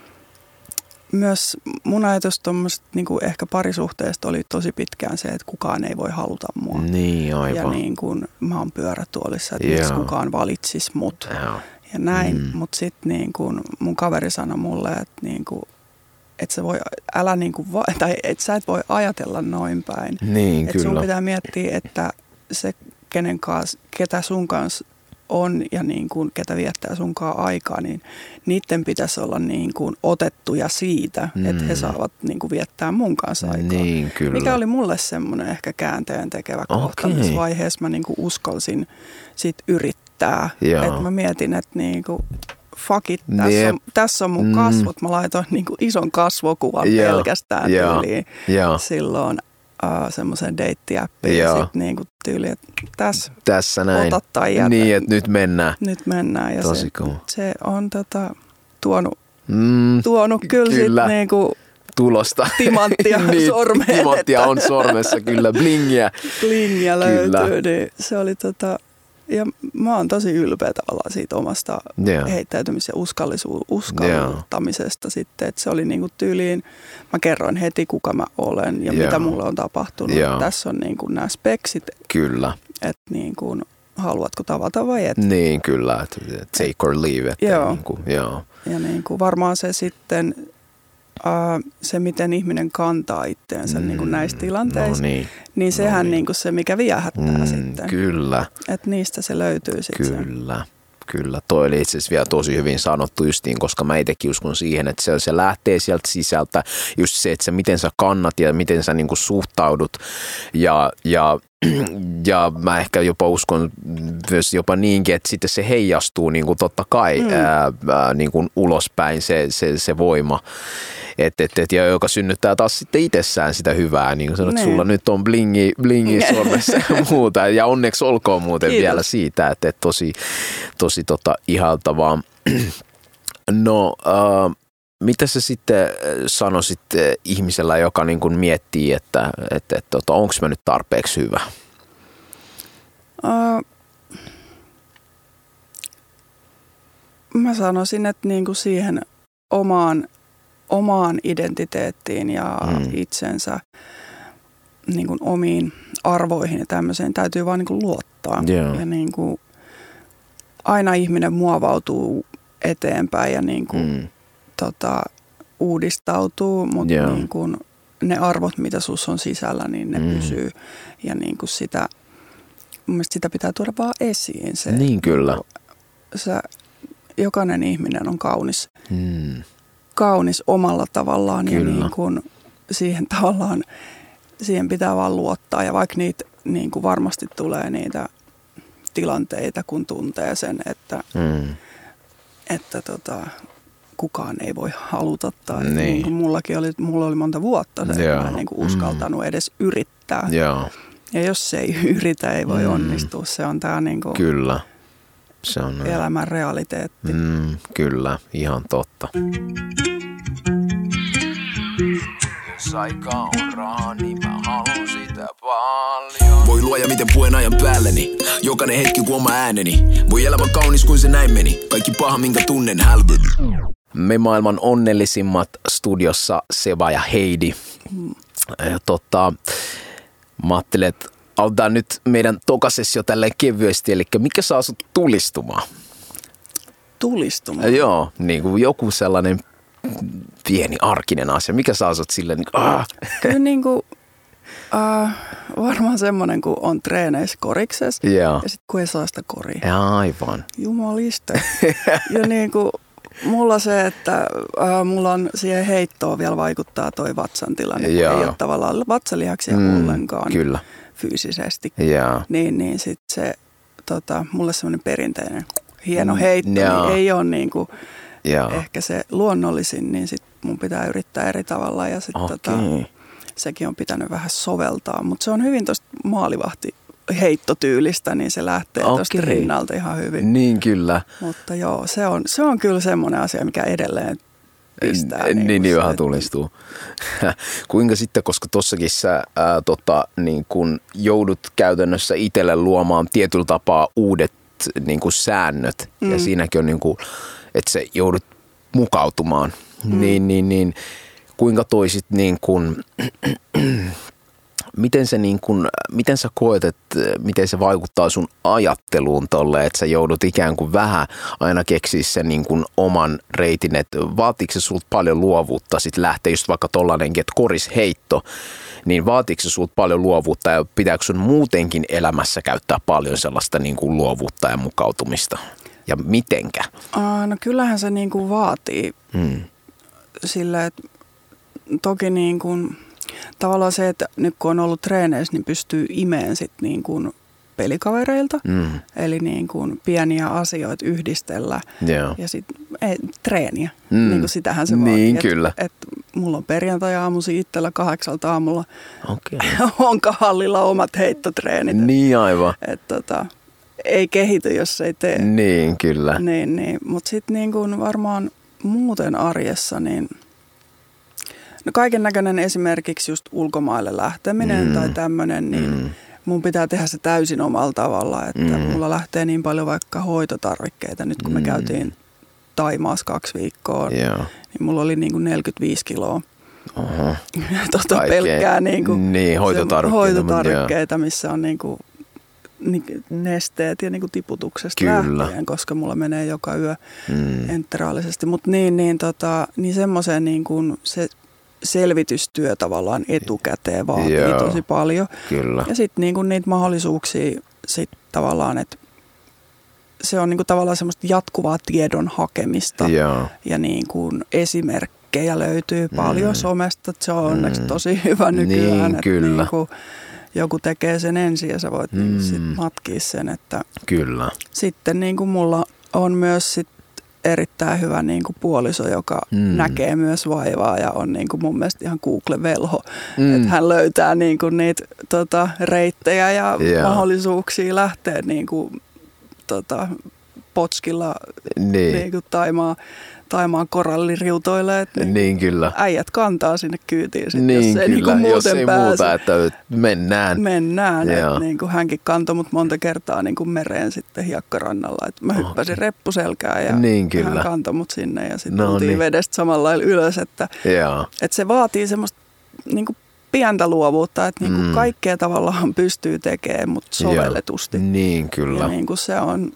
myös mun ajatus tuommoisesta niin kuin ehkä parisuhteesta oli tosi pitkään se, että kukaan ei voi haluta mua. Niin, aivan. Ja niin kuin mä oon pyörätuolissa, että yeah. miksi kukaan valitsisi mut. Yeah. Ja näin, mm. mutta sitten niin kuin mun kaveri sanoi mulle, että niin kuin että sä voi, älä niin kuin, tai että sä et voi ajatella noin päin. Niin, että kyllä. sun pitää miettiä, että se, kenen kanssa, ketä sun kanssa on ja niin kuin, ketä viettää sunkaan aikaa, niin niiden pitäisi olla niin kuin otettuja siitä, mm. että he saavat niin kuin viettää mun kanssa aikaa. Niin, kyllä. Mikä oli mulle semmoinen ehkä käänteen tekevä okay. kohta, missä vaiheessa mä niin kuin uskalsin sit yrittää. Että mä mietin, että niin kuin, fuck it, tässä, yep. on, tässä on mun kasvot. Mä laitoin niin kuin ison kasvokuvan yeah. pelkästään yeah. tyyliin yeah. silloin uh, semmoisen deittiäppiin. Yeah. Ja sitten niin kuin tyyliin, että tässä, tässä näin. Ota tai jätä. Niin, että nyt mennään. Nyt mennään. Ja tosi se, cool. se on tota, tuonut, mm, tuonut kyllä, kyllä. sitten niin kuin tulosta. Timanttia niin, sormeen. Timanttia on sormessa, kyllä. Blingiä. Blingiä löytyy. Niin se oli tota... Ja mä oon tosi ylpeä tavallaan siitä omasta yeah. heittäytymis- ja uskallisu- uskalluttamisesta yeah. sitten. Että se oli niinku tyyliin, mä kerroin heti kuka mä olen ja yeah. mitä mulle on tapahtunut. Yeah. Tässä on niinku nämä speksit. Kyllä. Että niinku, haluatko tavata vai et. Niin, kyllä. Take or leave. Että joo. Niinku, joo. Ja niinku varmaan se sitten... Uh, se, miten ihminen kantaa itteensä mm, niin kuin näissä tilanteissa, no niin, niin sehän no niin. Niin kuin se, mikä viehättää mm, sitten. Kyllä. Että niistä se löytyy sitten. Kyllä, Kyllä, toi oli itse asiassa vielä tosi hyvin sanottu justiin, koska mä itsekin uskon siihen, että se, se lähtee sieltä sisältä just se, että se, miten sä kannat ja miten sä niinku suhtaudut ja, ja ja mä ehkä jopa uskon myös jopa niinkin, että sitten se heijastuu niin kuin totta kai mm. ää, ää, niin kuin ulospäin se, se, se voima, et, et, et, ja joka synnyttää taas sitten itsessään sitä hyvää. Niin kuin sanoit, että sulla nyt on blingi, blingi sormessa ja muuta. Ja onneksi olkoon muuten Kiitos. Vielä siitä, että et tosi, tosi tota, ihaltavaa. No, äh, mitä sä sitten sanoisit ihmisellä, joka niin kuin miettii, että, että, että, että onko mä nyt tarpeeksi hyvä? Uh, mä sanoisin, että niin kuin siihen omaan, omaan identiteettiin ja mm. itsensä niin kuin omiin arvoihin ja tämmöiseen täytyy vaan niin kuin luottaa. Yeah. Ja niin kuin aina ihminen muovautuu eteenpäin ja niin kuin mm. Tota, uudistautuu, mutta yeah. niin kun ne arvot, mitä sus on sisällä, niin ne mm. pysyy. Ja niin kun sitä, mun mielestä sitä pitää tuoda vaan esiin. Se, niin kyllä. Se, jokainen ihminen on kaunis, mm. kaunis omalla tavallaan. Kyllä. Ja niin kun siihen tavallaan, siihen pitää vaan luottaa. Ja vaikka niitä niin kun varmasti tulee niitä tilanteita, kun tuntee sen, että, mm. että tota... kukaan ei voi haluta. Tai niin. Niin kuin mullakin oli, mulla oli monta vuotta se, että mä en niin kuin uskaltanut mm. edes yrittää. Joo. Ja jos se ei yritä, ei voi mm. onnistua. Se on tää niin kuin kyllä. Se on elämän realiteetti. Mm, kyllä, ihan totta. Jos aika on rahaa, niin mä haluan sitä paljon. Voi luoja, miten puen ajan päälleni. Jokainen hetki kuin oma ääneni. Voi elämä kaunis kuin se näin meni. Kaikki paha, minkä tunnen, hälveni. Me maailman onnellisimmat studiossa Seba ja Heidi. Mm. Ja tota, mä ajattelin, että aloitetaan nyt meidän tokasessio tälleen kevyesti. Eli mikä saa sut tulistumaan? Tulistumaan? Ja joo, niin kuin joku sellainen pieni arkinen asia. Mikä saa sut silleen? Niin, ah. Kyllä niin kuin, äh, varmaan semmoinen, kun on treeneissä koriksessa yeah. ja sitten kun ei saa sitä koria. Ja aivan. Jumalista. Ja niin kuin mulla se, että äh, mulla on siihen heittoon vielä vaikuttaa toi vatsan tilanne, kun yeah. ei ole tavallaan vatsalihaksia mm, ollenkaan kyllä. fyysisesti. Yeah. Niin, niin sitten se, tota, mulle semmoinen perinteinen hieno heitto, yeah. niin ei ole niin kuin yeah. ehkä se luonnollisin, niin sit mun pitää yrittää eri tavalla ja sit okay. tota, sekin on pitänyt vähän soveltaa, mutta se on hyvin tosta maalivahti heittotyylistä, niin se lähtee okay. tosta rinnalta ihan hyvin. Niin kyllä. Mutta joo, se on, se on kyllä semmoinen asia, mikä edelleen pistää. Niin, niin, niin vähän se, tulistuu. Kuinka sitten, koska tossakin sä ää, tota, niin kun joudut käytännössä itselle luomaan tietyllä tapaa uudet niin kun säännöt mm. ja siinäkin on niin kun, että sä joudut mukautumaan, mm. niin, niin, niin kuinka toisit niin kun, miten, se niin kun, miten sä koet, että miten se vaikuttaa sun ajatteluun tolle, että sä joudut ikään kuin vähän aina keksiä sen niin kun oman reitin, että vaatiiko se sulta paljon luovuutta sit lähteä just vaikka tollainenkin, että korisheitto, niin vaatiiko se sulta paljon luovuutta ja pitääkö sun muutenkin elämässä käyttää paljon sellaista niin kuin luovuutta ja mukautumista? Ja mitenkä? Aa, no kyllähän se niin kuin vaatii hmm. sillä, että toki niin kuin, tavallaan se, että nyt kun on ollut treeneissä, niin pystyy imeen sit niin kuin pelikavereilta. Hmm. Eli niin kuin pieniä asioita yhdistellä yeah. ja sitten treeniä. Hmm. Niin kuin sitähän se vaatii. Niin, et, kyllä. Et mulla on perjantai-aamusi itsellä kahdeksalta aamulla. Okay. On kahallilla omat heittotreenit. Niin aivan. Et, tota, ei kehity, jos ei tee. Niin, kyllä. Niin, niin. Mutta sitten niin kuin varmaan muuten arjessa, niin no kaiken näköinen esimerkiksi just ulkomaille lähteminen mm. tai tämmöinen, niin mm. mun pitää tehdä se täysin omalla tavalla. Että mm. mulla lähtee niin paljon vaikka hoitotarvikkeita. Nyt kun me mm. käytiin Taimaassa kaksi viikkoa, yeah. niin mulla oli niin kuin neljäkymmentäviisi kiloa. Oho. Tuota pelkkää niin kuin niin, hoitotarvikkeita, hoitotarvikkeita missä on niin kuin nesteet ja niin kuin tiputuksesta kyllä. lähtien, koska mulla menee joka yö mm. enteraalisesti. Mutta niin, niin, tota, niin semmoiseen niin kuin se selvitystyö tavallaan etukäteen vaatii Joo. tosi paljon. Kyllä. Ja sitten niin kuin niitä mahdollisuuksia sit tavallaan, että se on niin kuin tavallaan semmoista jatkuvaa tiedon hakemista Joo. ja niin kuin esimerkkejä löytyy paljon mm. somesta. Se on onneksi mm. tosi hyvä nykyään, niin, että kyllä. niin kuin joku tekee sen ensin ja sä voit mm. niin sit matkia sen. Että kyllä. sitten niin kuin mulla on myös sit erittäin hyvä niin kuin puoliso, joka mm. näkee myös vaivaa ja on niin kuin mun mielestä ihan Google-velho. Mm. Että hän löytää niin kuin niitä tota, reittejä ja yeah. mahdollisuuksia lähteä niin kuin, tota, potskilla niin. niin kuin Taimaa, Taimaan koralliriutoille. Että niin, niin kyllä. Äijät kantaa sinne kyytiin, sit, niin, jos ei, kyllä. niin kuin muuten jos ei pääse. muuta, että mennään. Mennään. Että niin kuin hänkin kantoi mut monta kertaa niin kuin mereen sitten hiekkarannalla. Että mä hyppäsin okay. reppuselkään ja niin, hän kantoi mut sinne ja sitten no, tultiin niin. vedestä samalla lailla ylös. Että, että se vaatii semmoista niin kuin pientä luovuutta, että niin kuin mm. kaikkea tavallaan pystyy tekemään, mutta sovelletusti. Joo. Niin, kyllä. Ja niin kuin se on,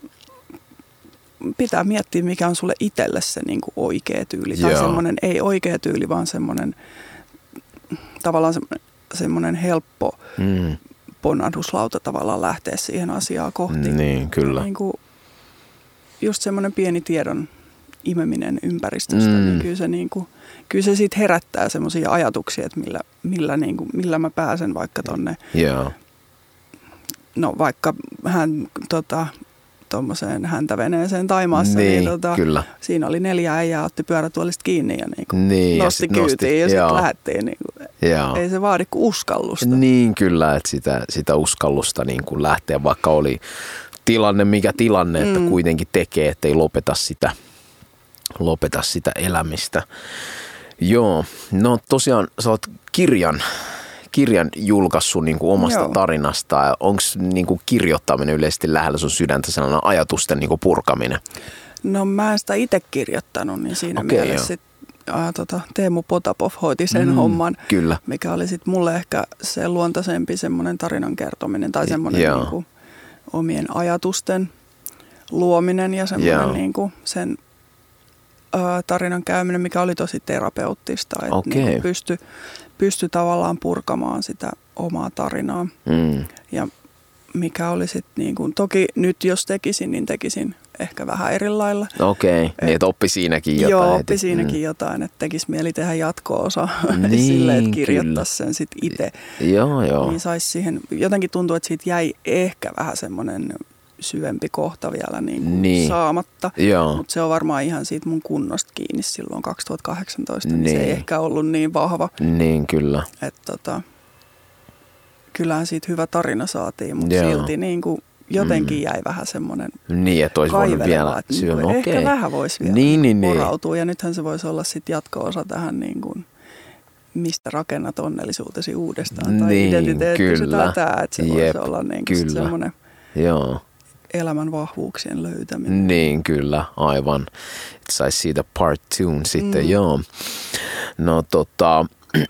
pitää miettiä, mikä on sulle itselle se niin kuin oikea tyyli. Tai semmoinen, ei oikea tyyli, vaan semmoinen tavallaan semmoinen, semmoinen helppo mm. ponnahduslauta tavallaan lähteä siihen asiaan kohti. Niin, kyllä. Ja niin kuin just semmoinen pieni tiedon imeminen ympäristöstä, mm. niin kyllä se, niin kuin, kyllä se siitä herättää semmoisia ajatuksia, että millä, millä, niin kuin, millä mä pääsen vaikka tonne, yeah. no vaikka hän tota, tuommoiseen häntäveneeseen Taimaassa, niin, niin tota, siinä oli neljä äijää, otti pyörätuolista kiinni ja niin kuin niin, nosti ja sit kyytiin nosti, ja sitten lähdettiin. Niin kuin, ei se vaadi kuin uskallusta. Niin kyllä, että sitä, sitä uskallusta niin kuin lähteä, vaikka oli tilanne mikä tilanne, että mm. kuitenkin tekee, ettei lopeta sitä. lopeta sitä elämistä. Joo, no tosiaan sä oot kirjan, kirjan julkaissut niin kuin omasta Joo. tarinasta. Onko niin kuin kirjoittaminen yleisesti lähellä sun sydäntä, sellainen ajatusten niin kuin purkaminen? No mä en sitä itse kirjoittanut, niin siinä okay, mielessä sit, ää, tota, Teemu Potapov hoiti sen mm, homman, kyllä. mikä oli sitten mulle ehkä se luontaisempi semmoinen tarinan kertominen tai semmoinen niin kuin omien ajatusten luominen ja semmoinen niin kuin sen tarinan käyminen, mikä oli tosi terapeuttista, että okay. niin pystyi pysty tavallaan purkamaan sitä omaa tarinaa. Mm. Ja mikä oli sitten niin kuin, toki nyt jos tekisin, niin tekisin ehkä vähän eri lailla. Okei, okay. niin että oppi siinäkin jotain. Joo, oppi siinäkin mm. jotain, että tekisi mieli tehdä jatko-osa niin, silleen, että kirjoittaisi sen sitten itse. Joo, joo. Niin saisi siihen, jotenkin tuntuu, että siitä jäi ehkä vähän semmoinen syvempi kohta vielä niin kuin niin. saamatta, mutta se on varmaan ihan siitä mun kunnosta kiinni silloin kaksituhattakahdeksantoista, niin, niin se ei ehkä ollut niin vahva. Niin, kyllä. Että tota, kyllähän siitä hyvä tarina saatiin, mutta Joo. silti niin kuin jotenkin jäi vähän semmoinen niin, että olisi voinut vielä että niin kuin ehkä okay. vähän voisi vielä niin, niin, porautua. Ja nythän se voisi olla sitten jatko-osa tähän niin kuin, mistä rakennat onnellisuutesi uudestaan tai niin, identiteettisi tai tämä, että se Jep, voisi olla niin kuin semmoinen Joo. elämän vahvuuksien löytäminen. Niin, kyllä, aivan. Että saisi siitä part two sitten, mm. joo. No tota,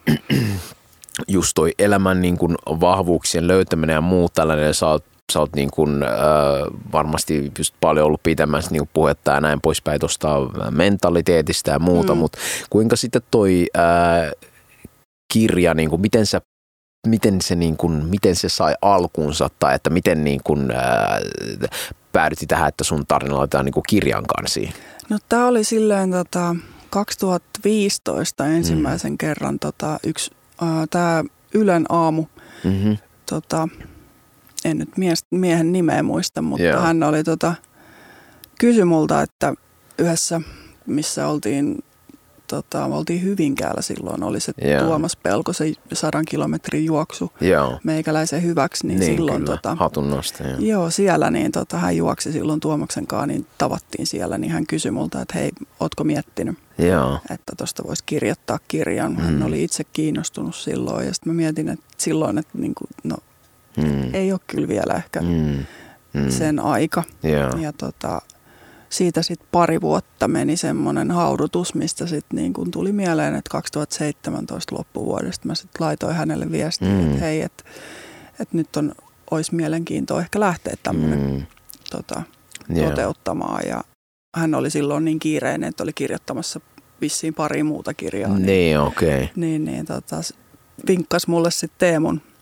just toi elämän niin kuin vahvuuksien löytäminen ja muu tällainen, sä oot, sä oot niin kuin, äh, varmasti just paljon ollut pitämässä niin kuin puhetta ja näin poispäin tuosta mentaliteetistä ja muuta, mm. mutta kuinka sitten toi äh, kirja, niin kuin, miten sä Miten se, niin kuin, miten se sai alkunsa tai että miten niin kuin, ää, päädyitte tähän, että sun tarina laitetaan niin kuin kirjan kansiin? No tää oli silleen tota, kaksituhattaviisitoista ensimmäisen mm. kerran tota, yksi, ää, tää Ylen aamu, mm-hmm. tota, en nyt mies, miehen nimeä muista, mutta yeah. hän oli tota, kysyi multa, että yhdessä, missä oltiin Tota, me oltiin Hyvinkäällä silloin, oli se yeah. Tuomas Pelkosen sadan kilometrin juoksu yeah. meikäläisen hyväksi. Niin, niin silloin, kyllä, tota, hatunnosta. Joo. joo, siellä niin, tota, hän juoksi silloin Tuomaksen kanssa, niin tavattiin siellä, niin hän kysyi multa, että hei, ootko miettinyt, yeah. että tuosta voisi kirjoittaa kirjan. Hän mm. oli itse kiinnostunut silloin ja sitten mä mietin, että silloin, että niin kuin, no, mm. ei ole kyllä vielä ehkä mm. Mm. sen aika. Yeah. Ja tota... Siitä sitten pari vuotta meni semmoinen haudutus, mistä sitten niin kun tuli mieleen, että kaksituhattaseitsemäntoista loppuvuodesta mä sitten laitoin hänelle viestiä, mm. että hei, että et nyt on, olisi mielenkiintoa ehkä lähteä tämmöinen mm. tota, yeah. toteuttamaan. Ja hän oli silloin niin kiireinen, että oli kirjoittamassa vissiin pari muuta kirjaa. Niin, okei. Okay. Niin, niin tota, vinkkasi mulle sitten Teemun,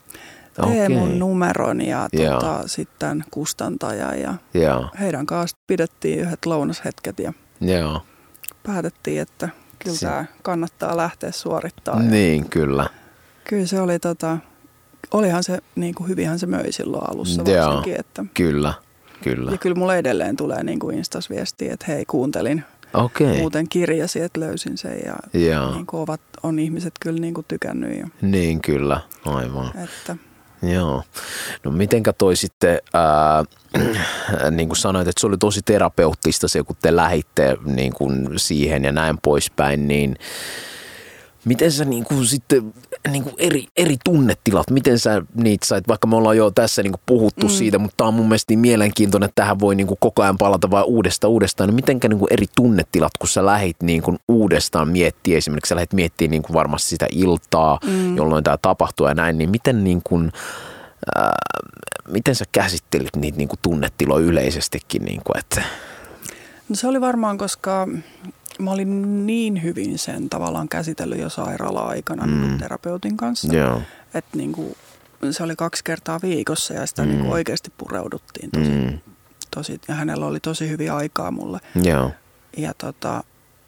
Teemun Okei. numeron ja tota, sitten kustantajan ja Joo. heidän kanssa pidettiin yhdet lounashetket ja Joo. päätettiin, että kyllä Se- tämä kannattaa lähteä suorittamaan. Niin, kyllä. Kyllä se oli, tota, olihan se, niin kuin hyvinhän se möi silloin alussa Joo. varsinkin. Että, Kyllä, kyllä. ja kyllä mulle edelleen tulee niin kuin Instas viestiä, että hei, kuuntelin Okei. muuten kirjasi, että löysin sen ja Joo. niin kuin ovat, on ihmiset kyllä niin kuin tykännyt. Ja, Niin, kyllä. Aivan. että, Joo. No mitenkä toi sitten, ää, niin kuin sanoit, että se oli tosi terapeuttista se, kun te lähditte niin kuin siihen ja näin poispäin, niin miten sä niin kuin sitten niin kuin eri, eri tunnetilat, miten sä niitä sait, vaikka me ollaan jo tässä niin kuin puhuttu mm. siitä, mutta tää on mun mielestä niin mielenkiintoinen, että tähän voi niin kuin koko ajan palata vaan uudestaan uudestaan, niin mitenkä niin kuin eri tunnetilat, kun sä lähdit niin kuin uudestaan miettiä, esimerkiksi sä lähdit miettimään niin kuin varmasti sitä iltaa, mm. jolloin tämä tapahtuu ja näin, niin miten niin kuin, ää, miten sä käsittelit niitä niin kuin tunnetiloja yleisestikin, niin kuin, että... no se oli varmaan, koska mä olin niin hyvin sen tavallaan käsitellyt jo sairaala-aikana mm. niin terapeutin kanssa. Joo. Että niin kuin, se oli kaksi kertaa viikossa ja sitä mm. niin kuin oikeasti pureuduttiin tosi, Mm. tosi. Ja hänellä oli tosi hyviä aikaa mulle. Joo. Ja tota,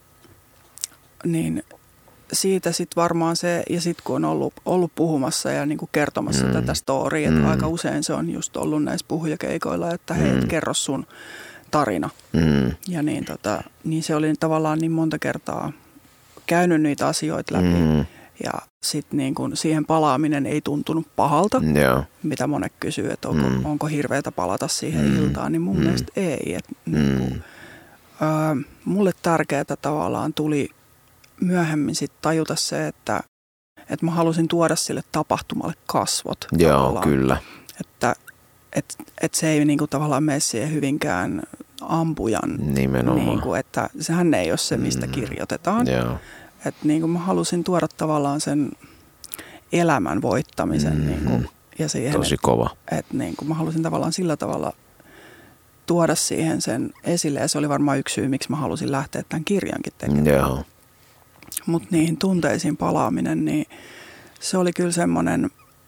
niin siitä sitten varmaan se, ja sitten kun on ollut, ollut puhumassa ja niin kuin kertomassa mm. tätä storya, että mm. aika usein se on just ollut näissä puhujakeikoilla, että hei, mm. kerro sun tarina. Mm. Ja niin, tota, niin se oli tavallaan niin monta kertaa käynyt niitä asioita läpi. Mm. Ja sitten niin kun siihen palaaminen ei tuntunut pahalta, Joo. mitä monet kysyy, että onko, Mm. onko hirveätä palata siihen Mm. iltaan, niin mun Mm. mielestä ei. Et, Mm. niin kun, ö, mulle tärkeää tavallaan tuli myöhemmin sit tajuta se, että, että mä halusin tuoda sille tapahtumalle kasvot. Joo, tavallaan. kyllä. Että et, et se ei niinku tavallaan mene siihen hyvinkään ampujan, Nimenomaan. niinku, että sehän ei ole se, mistä kirjoitetaan. Joo. Että niinku mä halusin tuoda tavallaan sen elämän voittamisen Mm-hmm. niinku, ja siihen, Tosi että kova. et, niinku, mä halusin tavallaan sillä tavalla tuoda siihen sen esille. Ja se oli varmaan yksi syy, miksi mä halusin lähteä tämän kirjankin tekemään. Joo. Mutta niihin tunteisiin palaaminen, niin se oli kyllä semmoinen,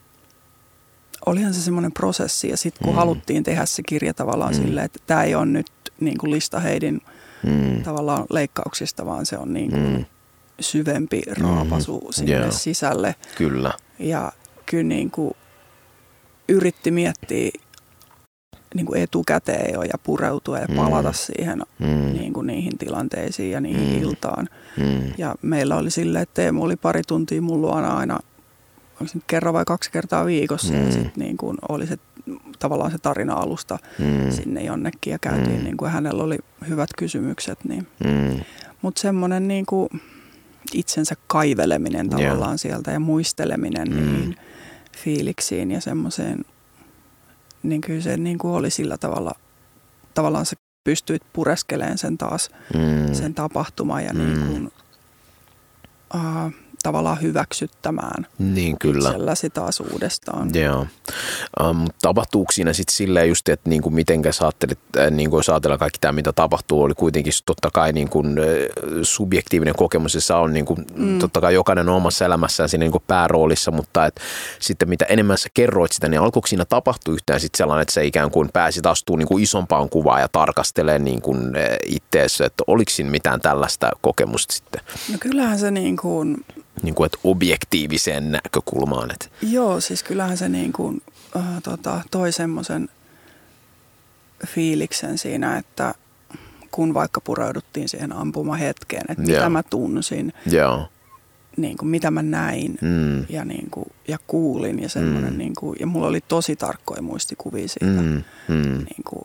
olihan se semmoinen prosessi. Ja sitten kun Mm. haluttiin tehdä se kirja tavallaan Mm. silleen, että tämä ei ole nyt niin kuin lista Heidin Mm. tavallaan leikkauksista, vaan se on niin kuin Mm. syvempi raapasu mm. sinne Joo. sisälle. Kyllä. Ja kyllä niin kuin yritti miettiä niin kuin etukäteen jo ja pureutua ja palata Mm. siihen Mm. niin kuin niihin tilanteisiin ja niihin Mm. iltaan. Mm. Ja meillä oli silleen, että Teemu oli pari tuntia mun luona aina, onko se nyt kerran vai kaksi kertaa viikossa. Mm. Ja sitten niin kuin oli se tavallaan se tarina-alusta Mm. sinne jonnekin ja käytiin, Mm. niin kuin hänellä oli hyvät kysymykset. Niin. Mm. Mutta semmoinen niin kuin itsensä kaiveleminen tavallaan Joo. sieltä ja muisteleminen Mm. niihin fiiliksiin ja semmoiseen, niin kyllä se niin kuin oli sillä tavalla, tavallaan sä pystyit pureskelemaan sen taas, Mm. sen tapahtuman ja Mm. niin kuin, uh, tavallaan hyväksyttämään Niin kyllä. itselläsi taas uudestaan. Joo. Um, tapahtuuko siinä sitten silleen just, että niinku mitenkä sä ajattelit, äh, niinku jos ajatellaan kaikki tämä, mitä tapahtuu, oli kuitenkin totta kai niinku, äh, subjektiivinen kokemus, ja se on niinku, mm. totta kai jokainen on omassa elämässään siinä niinku pääroolissa, mutta et, sitten mitä enemmän sä kerroit sitä, niin alkoiko siinä tapahtua yhtään sitten sellainen, että sä ikään kuin pääsit astumaan niinku isompaan kuvaan ja tarkastelemaan niinku, äh, itteessä, että oliko siinä mitään tällaista kokemusta sitten? No kyllähän se niin kuin, Niin kuin, että objektiiviseen näkökulmaan. Että. joo, siis kyllähän se niin kuin, äh, tota, toi semmoisen fiiliksen siinä, että kun vaikka pureuduttiin siihen ampumahetkeen, että mitä Joo. mä tunsin, Joo. niin kuin, mitä mä näin Mm. ja, niin kuin, ja kuulin ja semmoinen, Mm. niin kuin, ja mulla oli tosi tarkkoja muistikuvia siitä, Mm. Mm. niin kuin,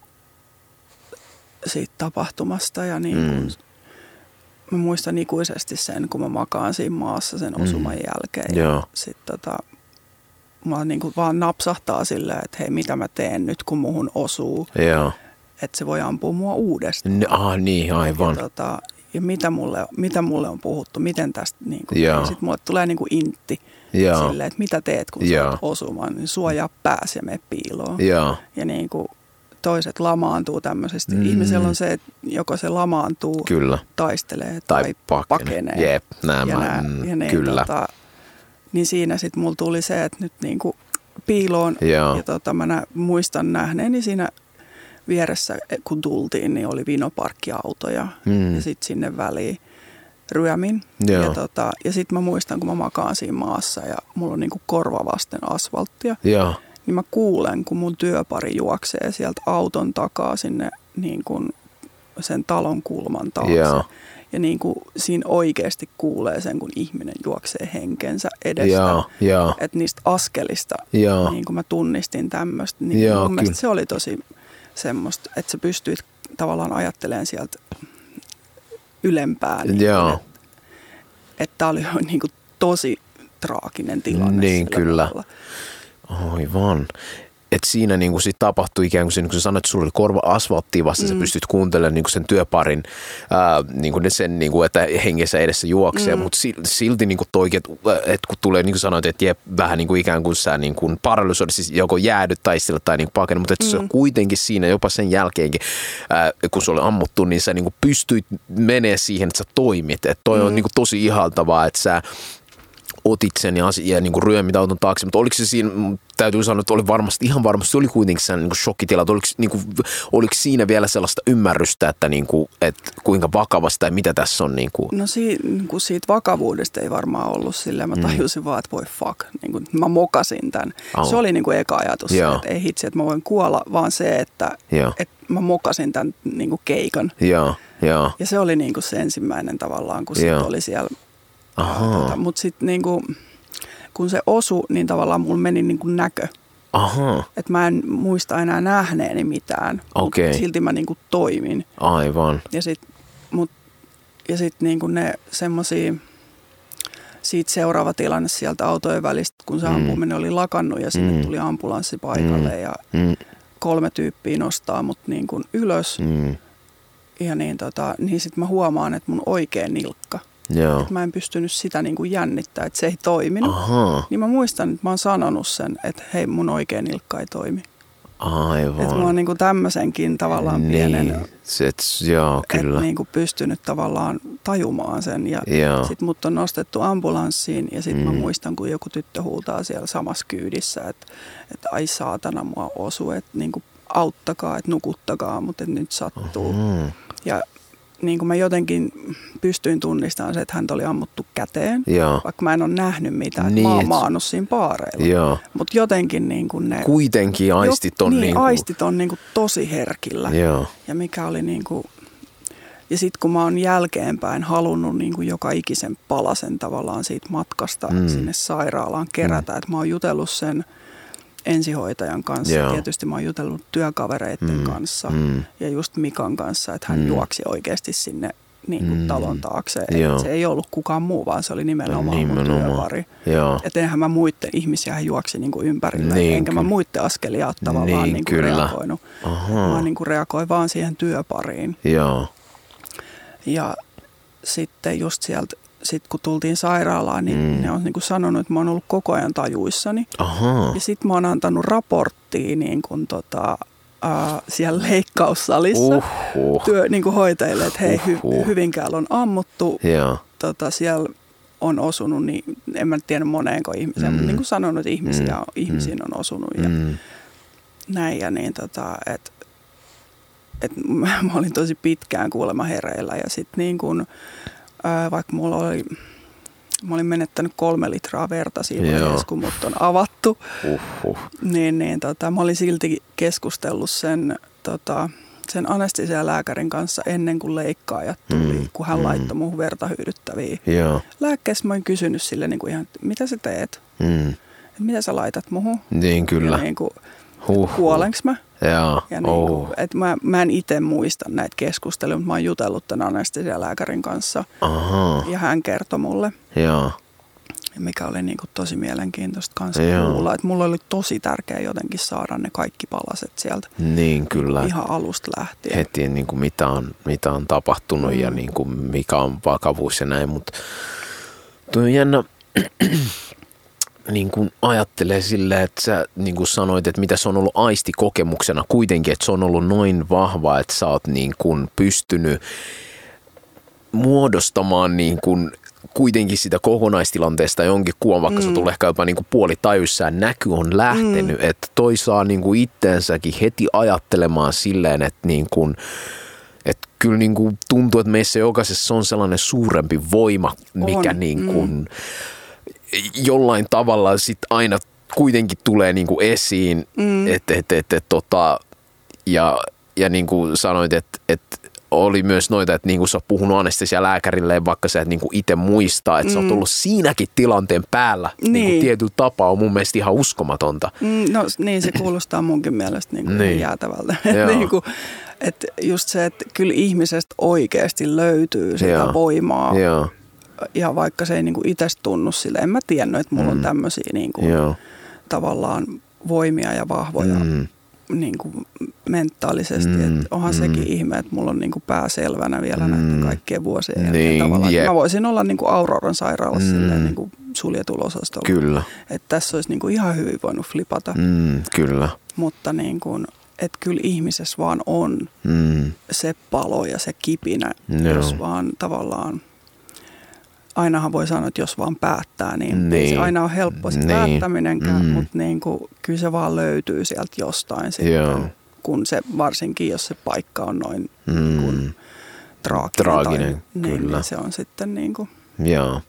siitä tapahtumasta ja niin kuin, Mm. mä muistan ikuisesti sen, kun mä makaan siinä maassa sen osuman Mm. jälkeen. Joo. Ja sit tota, mä niin kuin vaan napsahtaa silleen, että hei, mitä mä teen nyt, kun muhun osuu. Joo. Että se voi ampua mua uudestaan. N- ah, niin, aivan. Ja, tota, ja mitä, mulle, mitä mulle on puhuttu, miten tästä, niin kuin, Joo. ja sit mulle tulee niin kuin intti Joo. silleen, että mitä teet, kun Joo. sä oot osumaan, niin suojaa pääsi ja mene piiloon. Joo. Ja niin kuin toiset lamaantuu tämmöisesti. Mm. Ihmisellä on se, että joko se lamaantuu, Kyllä. taistelee Tai tai, pakenee. pakenee. Jep, nämä. Ja, nää, Mm, ja niin, kyllä. Tota, niin siinä sitten mulla tuli se, että nyt niinku piiloon. Joo. Ja tota, mä nä, muistan nähneeni siinä vieressä, kun tultiin, niin oli vinoparkkiautoja mm. ja sitten sinne väliin ryömin. Joo. Ja, tota, ja sitten mä muistan, kun mä makaan siinä maassa ja mulla on niinku korva vasten asfalttia. Joo. Niin mä kuulen, kun mun työpari juoksee sieltä auton takaa sinne niin kuin sen talon kulman taakse. Joo. Ja niin kuin siinä oikeasti kuulee sen, kun ihminen juoksee henkensä edestä. Että niistä askelista, Joo. niin kuin mä tunnistin tämmöistä. Niin Joo, mun mielestä se oli tosi semmoista, että sä pystyit tavallaan ajattelemaan sieltä ylempää. Niin että et tää oli niin kuin tosi traaginen tilanne. Niin kyllä. Tavalla. Aivan. Että siinä niinku sit tapahtui ikään kuin se, niin kuin sä sanoit, että sulla oli korva asfalttiin vasta, mm. sä pystyt kuuntelemaan niinku sen työparin, ää, niinku sen, niinku, että hengessä edessä juoksee, mm. mutta silti niinku toikin, että et kun tulee, niin kuin sanoit, että jep, vähän niinku ikään kuin sä niinku paralysoidut, siis joko jäädyt taistella tai niinku pakene, mutta että mm. se kuitenkin siinä jopa sen jälkeenkin, ää, kun sulla oli ammuttu, niin sä niinku pystyit menee siihen, että sä toimit. Että toi mm. on niinku tosi ihaltavaa, että sä otit sen ja, ja niin kuin ryömit auton taakse, mutta oliko se siinä, täytyy sanoa, että oli varmasti, ihan varmasti, se oli kuitenkin sellainen niin kuin shokkitila, oliko, niin kuin, oliko siinä vielä sellaista ymmärrystä, että, niin kuin, että kuinka vakavasta tai mitä tässä on? Niin kuin? No siitä, niin kuin siitä vakavuudesta ei varmaan ollut silleen, mä tajusin mm. vaan, että voi fuck, niin kuin, mä mokasin tämän. Oh. Se oli niin kuin eka ajatus, Joo. että ei hitsi, että mä voin kuolla, vaan se, että, että mä mokasin tämän niin kuin keikan. Joo. Joo. Ja se oli niin kuin se ensimmäinen tavallaan, kun se oli siellä. Tota, mutta sitten niinku, kun se osui, niin tavallaan mulla meni niinku näkö. Että mä en muista enää nähneeni mitään, okay. mutta silti mä niinku toimin. Aivan. Ja sitten sit niinku ne semmosia, siitä seuraava tilanne sieltä autojen välistä, kun se mm. ampuminen oli lakannut ja sinne mm. tuli ambulanssi paikalle mm. ja mm. kolme tyyppiä nostaa mut niinku ylös. Mm. Ja niin, tota, niin sitten mä huomaan, että mun oikea nilkka. Joo. Että mä en pystynyt sitä niin kuin jännittää, että se ei toiminut. Aha. Niin mä muistan, että mä oon sanonut sen, että hei, mun oikea nilkka ei toimi. Aivan. Että mä oon niin kuin tämmöisenkin tavallaan niin. pienen, se, joo, kyllä. Että niin kuin pystynyt tavallaan tajumaan sen. Ja sit mut on nostettu ambulanssiin ja sit mm. mä muistan, kun joku tyttö huutaa siellä samassa kyydissä, että, että ai saatana mua osuu, että niin kuin auttakaa, että nukuttakaa, mutta että nyt sattuu. Mm. Ja niin kuin mä jotenkin pystyin tunnistamaan se, että häntä oli ammuttu käteen, Joo. vaikka mä en ole nähnyt mitään, että niin, mä oon maannut siinä paareilla. Mutta jotenkin niin kuin ne... Kuitenkin aistit on jo, niin, niin kuin... aistit on niin kuin tosi herkillä. Joo. Ja mikä oli niin kuin... Ja sitten kun mä oon jälkeenpäin halunnut niin kuin joka ikisen palasen tavallaan siitä matkasta mm. sinne sairaalaan kerätä, mm. että mä oon jutellut sen ensihoitajan kanssa. Joo. Tietysti mä oon jutellut työkavereiden mm. kanssa mm. ja just Mikan kanssa, että hän mm. juoksi oikeasti sinne niin kuin mm. talon taakse. Se ei ollut kukaan muu, vaan se oli nimenomaan, nimenomaan. mun työpari. Että enhän mä muitten ihmisiä, hän juoksi niin kuin ympärillä. Niin, enkä mä muitten askelia ole tavallaan niin, niin kuin reagoinut. Mä niin kuin reagoin vaan siihen työpariin. Joo. Ja sitten just sieltä, sit kun tultiin sairaalaan, niin mm. ne on niin kuin sanonut, että mä oon ollut koko ajan tajuissani. Aha. Ja sitten mä oon antanut raporttia niin kuin tota, äh, siellä leikkaussalissa uh-huh. työ, niin kuin hoitajille, että hei, uh-huh. hy, Hyvinkäällä on ammuttu, yeah. tota, siellä on osunut, niin en mä tiedä moneenko ihmiseen, mm. mutta niin kuin sanonut, että ihmisiä, mm. ihmisiin on osunut ja mm. näin. Ja niin, tota, että et mä olin tosi pitkään kuulemma hereillä ja sitten niin kuin, ää, vaikka mulla oli, mä olin menettänyt kolme litraa verta siinä vaiheessa, kun mut on avattu, uh-huh. niin, niin tota, mä olin silti keskustellut sen, tota, sen anestesialääkärin kanssa ennen kuin leikkaajat tuli, mm, kun hän mm. laittoi muuhun vertahyydyttäviä lääkkeessä. Mä olin kysynyt sille niin kuin ihan, että mitä sä teet? Mm. Mitä sä laitat muuhun? Niin kyllä. Ja niin kuin, huh, kuolenko mä? Jaa. Ja niin kuin, oh. että mä, mä en itse muista näitä keskusteluja, mutta mä oon jutellut tämän anestesialääkärin kanssa. Aha. Ja hän kertoi mulle, Jaa. mikä oli niin kuin tosi mielenkiintoista kanssa kuulla. Että mulla oli tosi tärkeää jotenkin saada ne kaikki palaset sieltä. Niin kyllä. Ihan alusta lähtien. Heti niin kuin mitä, on, mitä on tapahtunut mm. ja niin kuin mikä on vakavuus ja näin. Mutta tuo on jännä... niin kuin ajattelee silleen, että sä niin kuin sanoit, että mitä se on ollut aistikokemuksena kuitenkin, että se on ollut noin vahva, että sä oot niin kuin pystynyt muodostamaan niin kuin kuitenkin sitä kokonaistilanteesta jonkin kuvan, vaikka mm. se tulee ehkä jopa niin kuin puolitajuissaan näky on lähtenyt, mm. että toi saa niin kuin itteensäkin heti ajattelemaan silleen, että niin kuin, että kyllä niin kuin tuntuu, että meissä jokaisessa on sellainen suurempi voima, mikä on. niin kuin mm. jollain tavalla sit aina kuitenkin tulee niin kuin esiin, mm. että et, et, et, tota, ja, ja niin kuin sanoit, että et oli myös noita, että niin kuin sä oot puhunut anestesialääkärille, vaikka sä et niin kuin itse muistaa, että mm. sä oot ollut siinäkin tilanteen päällä niin. Niin kuin tietyllä tapaa on mun mielestä ihan uskomatonta. Mm, no niin, se kuulostaa munkin mielestä niin kuin niin. jäätävältä. niin kuin, että just se, että kyllä ihmisestä oikeasti löytyy sitä Joo. voimaa. Joo. Ja vaikka se ei niin kuin itse tunnu sille, en mä tiennyt, että mulla mm. on tämmöisiä niin kuin, tavallaan voimia ja vahvoja mm. niin kuin mentaalisesti. Mm. Että onhan mm. sekin ihme, että mulla on niin kuin pää selvänä vielä mm. näiden kaikkien vuosien jälkeen niin, tavallaan. Yep. Mä voisin olla niin kuin Auroran sairaalassa mm. silleen, niin kuin suljetulla osastolla. Kyllä. Että tässä olisi niin kuin ihan hyvin voinut flipata. Mm, kyllä. Mutta niin kuin, että kyllä ihmisessä vaan on mm. se palo ja se kipinä, no. jos vaan tavallaan ainahan voi sanoa, että jos vaan päättää, niin, niin. ei se aina ole helppo se niin. päättäminenkään, mm. mutta niin kuin, kyllä se vaan löytyy sieltä jostain sitten, kun se, varsinkin jos se paikka on noin mm. niin kuin, traaginen, traaginen tai, niin, niin se on sitten niin kuin. Joo.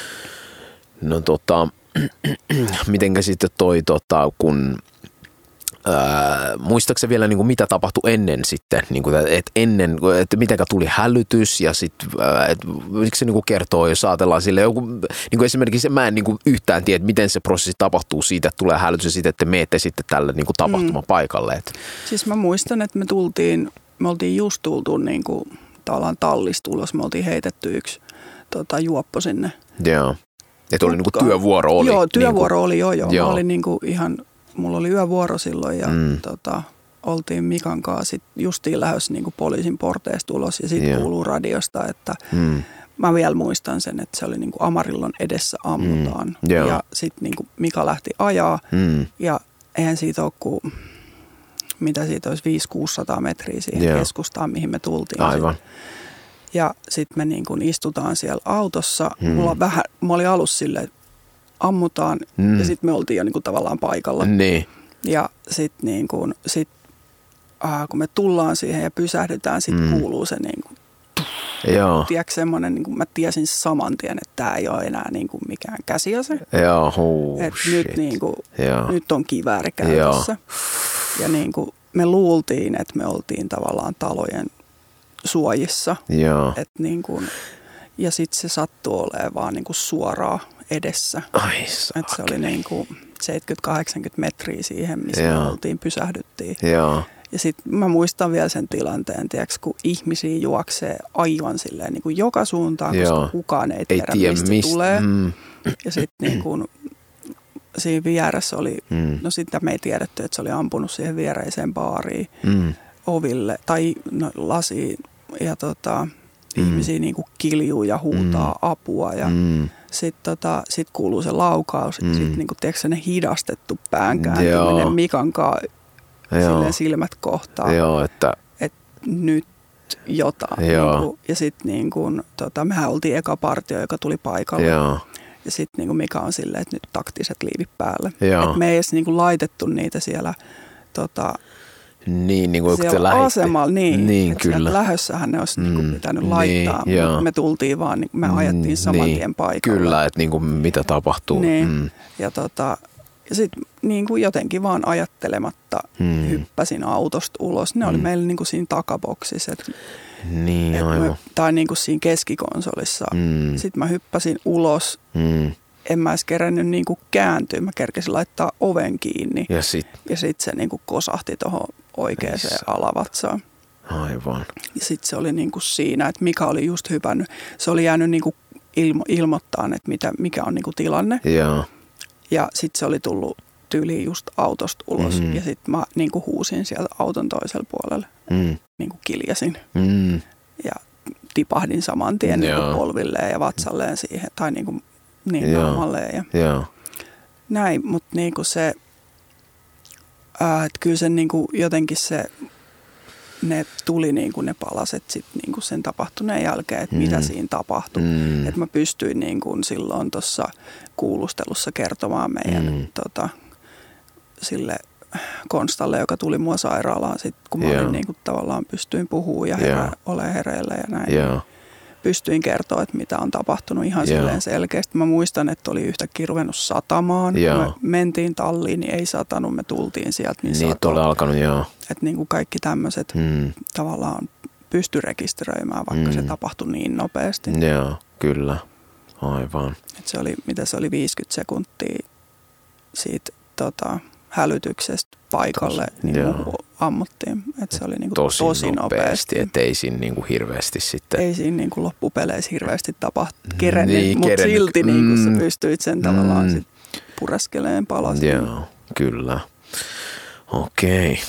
No tota, mitenkä sitten toi, tota, kun Öö, muistaakseni vielä niin kuin mitä tapahtui ennen sitten, niin kuin, että ennen, että mitenkä tuli hälytys ja sitten, että miksi se niin kuin kertoo, jos ajatellaan sille joku, niin kuin esimerkiksi mä en niin kuin yhtään tiedä, mitä se prosessi tapahtuu siitä, että tulee hälytys ja sitten, että meette sitten tälle niin kuin tapahtumapaikalle. Mm. Siis mä muistan, että me tultiin, me oltiin just tultu niin kuin tavallaan tallista ulos, me oltiin heitetty yksi tota, juoppo sinne. Joo, että oli niin kuin työvuoro oli. Joo, työvuoro niin kuin, oli jo, joo. joo. Mä olin niin kuin ihan mulla oli yövuoro silloin ja mm. tota, oltiin Mikan kanssa sit justiin lähdössä niin kuin poliisin porteesta ulos ja sitten kuuluu radiosta, että mm. mä vielä muistan sen, että se oli niin kuin Amarillon edessä ammutaan. Mm. Ja sitten niin kuin Mika lähti ajaa mm. ja eihän siitä ole kuin, mitä siitä olisi, viisi kuusisataa metriä siihen yeah. keskustaan, mihin me tultiin. Aivan. Sit. Ja sitten me niin kuin istutaan siellä autossa. Mm. Mulla on vähän, mä olin alussa silleen, ammutaan mm. ja sitten me oltiin jo niinku tavallaan paikalla. Niin. Ja sitten niinku, sit, äh, kun me tullaan siihen ja pysähdytään, sitten mm. kuuluu se niinku, Joo. tiedätkö semmoinen, niinku, mä tiesin saman tien, että tämä ei ole enää niinku mikään käsiase. Joo, oh, että nyt, niinku, nyt on kivääri käytössä. Ja niinku, me luultiin, että me oltiin tavallaan talojen suojissa. Joo. Et niinku, ja sitten se sattui olemaan vaan niinku suoraan edessä. Ai, että se oli niin kuin seitsemänkymmentä kahdeksankymmentä metriä siihen, missä Joo. me oltiin, pysähdyttiin. Joo. Ja sitten mä muistan vielä sen tilanteen, tiiäks, kun ihmisiä juoksee aivan silleen niin kuin joka suuntaan, Joo. koska kukaan ei tiedä, ei tiedä mistä, mistä tulee. Mm. Ja sitten niin kuin siinä vieressä oli, mm. no sitä me ei tiedetty, että se oli ampunut siihen viereiseen baariin mm. oville tai no, lasiin ja tota, mm. ihmisiä niin kuin kiljuu ja huutaa mm. apua ja mm. sitten tota, sit kuuluu se laukaus mm. ja sitten niinku, tiedätkö, ne hidastettu päänkääntyminen Mikan kanssa silmät kohtaa. Joo, että et nyt jotain. Niinku, ja sitten niinku, tota, mehän oltiin eka partio, joka tuli paikalle. Joo. Ja sitten niinku Mika on silleen, että nyt taktiset liivit päälle. Et me ei edes niinku laitettu niitä siellä tota, Niin, niin kuin siellä asemalla, niin, niin että kyllä. lähössähän ne olisi mm, pitänyt laittaa, niin, mutta me tultiin vaan, niin me ajettiin saman niin, tien paikalle. Kyllä, että niin kuin mitä tapahtuu. Niin, mm. ja, tota, ja sitten niin kuin jotenkin vaan ajattelematta mm. hyppäsin autosta ulos. Ne mm. oli meillä niin kuin siinä takaboksissa, et, niin, et aivan. me, tai niin kuin siinä keskikonsolissa. Mm. Sitten mä hyppäsin ulos. Mm. En mä edes kerännyt niin kuin kääntyä. Mä kerkesin laittaa oven kiinni. Ja sitten sit se niin kuin kosahti tuohon oikeaan alavatsaan. Aivan. Ja sitten se oli niin kuin siinä, että Mika oli just hypännyt. Se oli jäänyt niin kuin ilmo, ilmoittaa, että mitä, mikä on niin kuin tilanne. Joo. Ja sitten se oli tullut tyyliin just autosta ulos. Mm. Ja sitten mä niin kuin huusin sieltä auton toisella puolelle. Mm. Niin kuin kiljasin. Mm. Ja tipahdin saman tien niin kuin polvilleen ja vatsalleen siihen. Tai niin kuin niin naamalleen. Ja Joo. näin, mutta niin kuin se, ää, että kyllä se niin kuin jotenkin se ne tuli niin kuin ne palaset sit niin kuin sen tapahtuneen jälkeen, että mm. mitä siinä tapahtui. Mm. Että mä pystyin niin kuin silloin tuossa kuulustelussa kertomaan meidän mm. tota, sille Konstalle, joka tuli mua sairaalaan sit, kun mä yeah. olin niin kuin tavallaan pystyin puhumaan ja herä, yeah. ole hereillä ja näin. Yeah. Pystyin kertoa, että mitä on tapahtunut ihan yeah. silleen selkeästi. Mä muistan, että oli yhtäkkiä ruvennut satamaan. Yeah. Me mentiin talliin, niin ei satanut. Me tultiin sieltä, niin satoi. Niin, oli alkanut, joo. Että niin kuin kaikki tämmöiset mm. tavallaan pystyi rekisteröimään, vaikka mm. se tapahtui niin nopeasti. Joo, kyllä. Aivan. Että se oli, mitä se oli, viisikymmentä sekuntia siitä tota, hälytyksestä paikalle niin ammuttiin. Että se oli niin kuin tosi, tosi nopeasti. nopeasti. Että ei siinä niin kuin hirveästi sitten. Ei siinä niin kuin loppupeleissä hirveästi tapahtunut kerennyt, niin, mutta kerennyt. silti niin kuin sä pystyit sen mm. tavallaan sit pureskeleen palasia. Joo, kyllä. Okei.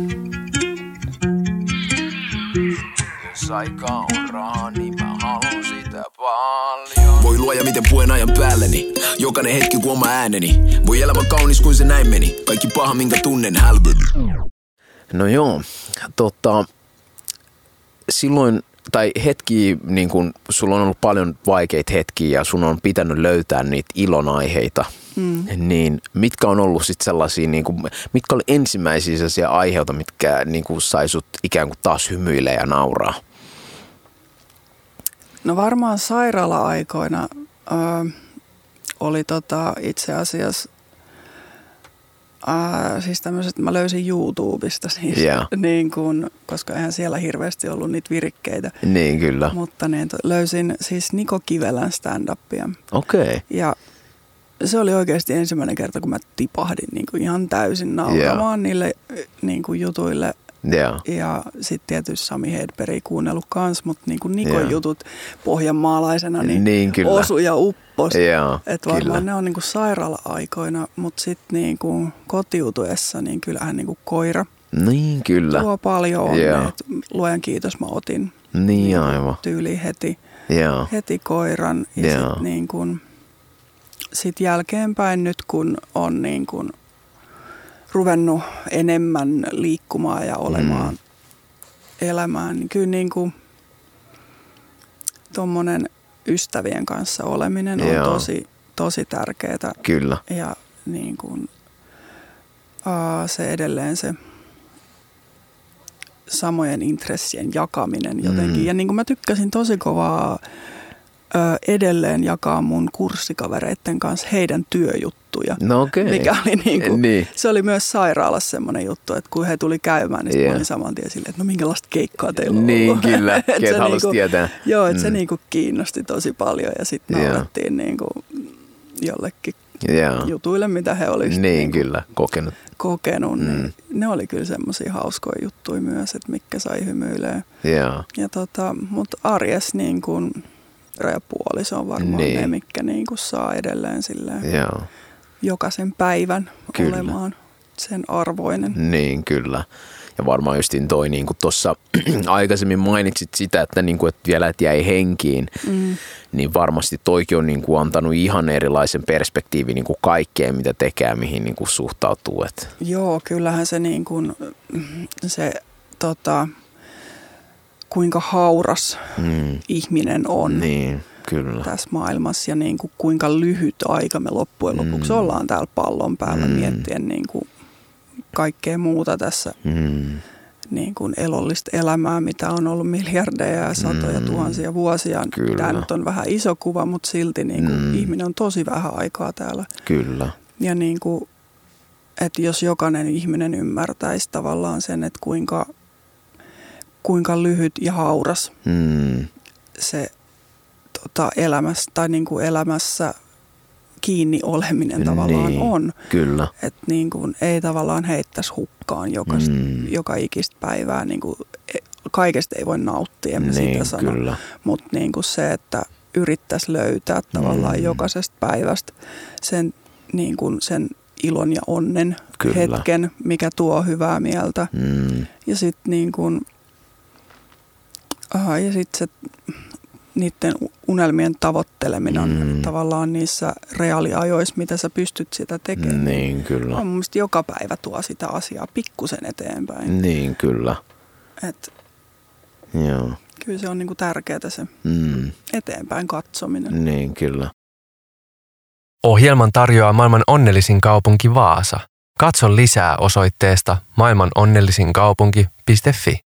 Jos aika on rahaa, niin mä haluan sitä paljon. Voi luoja, miten puen ajan päälleni. Jokainen hetki kuin oma ääneni. Voi elämä kaunis kuin se näin meni. Kaikki paha, minkä tunnen, hälveni. No joo, tota, silloin, tai hetki, niin kun sulla on ollut paljon vaikeita hetkiä ja sun on pitänyt löytää niitä ilonaiheita, mm. niin mitkä on ollut sitten sellaisia, niin kun, mitkä oli ensimmäisiä sellaisia aiheita, mitkä niin kun sai sut ikään kuin taas hymyilee ja nauraa? No varmaan sairaala-aikoina ö, oli tota itse asiassa Äh, siis tämmöiset, mä löysin YouTubesta siis, yeah. niin kun, koska eihän siellä hirveästi ollut niitä virikkeitä. Niin, kyllä. Mutta niin, löysin siis Niko Kivelän stand-upia. Okei. Okay. Ja se oli oikeasti ensimmäinen kerta, kun mä tipahdin niin kuin ihan täysin nauramaan yeah. niille niin kuin jutuille. Yeah. Ja sitten tietysti Sami Hedberg ei kuunnellut kans, mutta niin kuin Nikon yeah. jutut pohjanmaalaisena niin, niin osu ja uppos. Yeah, että varmaan kyllä. ne on niin kuin sairaala-aikoina, mutta sitten niin kuin kotiutuessa, niin kyllähän niin kuin koira niin, kyllä. tuo paljon onnea. Yeah. Luojan kiitos, mä otin niin, niin aivan. tyyliin heti, yeah. heti koiran. Ja yeah. sitten niin kuin, sit jälkeenpäin nyt, kun on niin kuin ruvennut enemmän liikkumaan ja olemaan mm. elämään, niin kyllä niin kuin tommonen ystävien kanssa oleminen on Joo. tosi, tosi tärkeää. Kyllä. Ja niin kuin, aa, se edelleen se samojen intressien jakaminen jotenkin. Mm. Ja niin kuin mä tykkäsin tosi kovaa edelleen jakaa mun kurssikavereiden kanssa heidän työjuttuja. No okei. Okay. Mikä oli niin kuin, niin. Se oli myös sairaalassa semmoinen juttu, että kun he tuli käymään, niin yeah. olin saman tien silleen, että no minkälaista keikkaa teillä on niin, ollut. Niin kyllä, ketä halusi niinku, tietää. Joo, että mm. se niinku kiinnosti tosi paljon ja sitten yeah. naurettiin niinku jollekin yeah. jutuille, mitä he olisivat niin, niinku kyllä, kokenut. kokenut mm. niin ne oli kyllä semmoisia hauskoja juttuja myös, että mitkä sai hymyilee. Yeah. Ja tota, mutta arjes niin kuin rajapuoli, se on varmaan niin. ne, mitkä niin kuin saa edelleen silleen Joo. jokaisen päivän kyllä. olemaan sen arvoinen. Niin, kyllä. Ja varmaan justiin toi, niin kuin tuossa aikaisemmin mainitsit sitä, että, niin kuin, että vielä et jäi henkiin, mm. niin varmasti toikin on niin kuin antanut ihan erilaisen perspektiivin niin kuin kaikkeen, mitä tekee, mihin niin kuin suhtautuu. Että. Joo, kyllähän se, niin kuin, se tota, kuinka hauras mm. ihminen on niin, kyllä. tässä maailmassa ja niin kuin, kuinka lyhyt aika me loppujen lopuksi mm. ollaan täällä pallon päällä mm. miettien niin kuin kaikkea muuta tässä mm. niin kuin elollista elämää, mitä on ollut miljardeja ja satoja mm. tuhansia vuosia. Kyllä. Tämä nyt on vähän iso kuva, mutta silti niin kuin mm. ihminen on tosi vähän aikaa täällä. Kyllä. Ja niin kuin, että jos jokainen ihminen ymmärtäisi tavallaan sen, että kuinka, kuinka lyhyt ja hauras mm. se tota, elämässä, tai niin kuin elämässä kiinni oleminen tavallaan niin, on. Kyllä. Että niin kuin ei tavallaan heittäisi hukkaan jokast, mm. joka ikistä päivää. Niin kuin, kaikesta ei voi nauttia, en niin, sitä sano. Mutta niin kuin se, että yrittäisi löytää tavallaan mm. jokaisesta päivästä sen, niin kuin sen ilon ja onnen kyllä. hetken, mikä tuo hyvää mieltä. Mm. Ja sitten niin kuin, aha, ja sit se niiden unelmien tavoitteleminen mm. tavallaan niissä reaaliajoissa, mitä sä pystyt sitä tekemään. Niin, kyllä. On mun mielestä joka päivä tuo sitä asiaa pikkusen eteenpäin. Niin, kyllä. että Joo. kyllä se on niin kuin tärkeää se Mm. eteenpäin katsominen. Niin, kyllä. Ohjelman tarjoaa maailman onnellisin kaupunki Vaasa. Katso lisää osoitteesta maailman onnellisin kaupunki piste fi.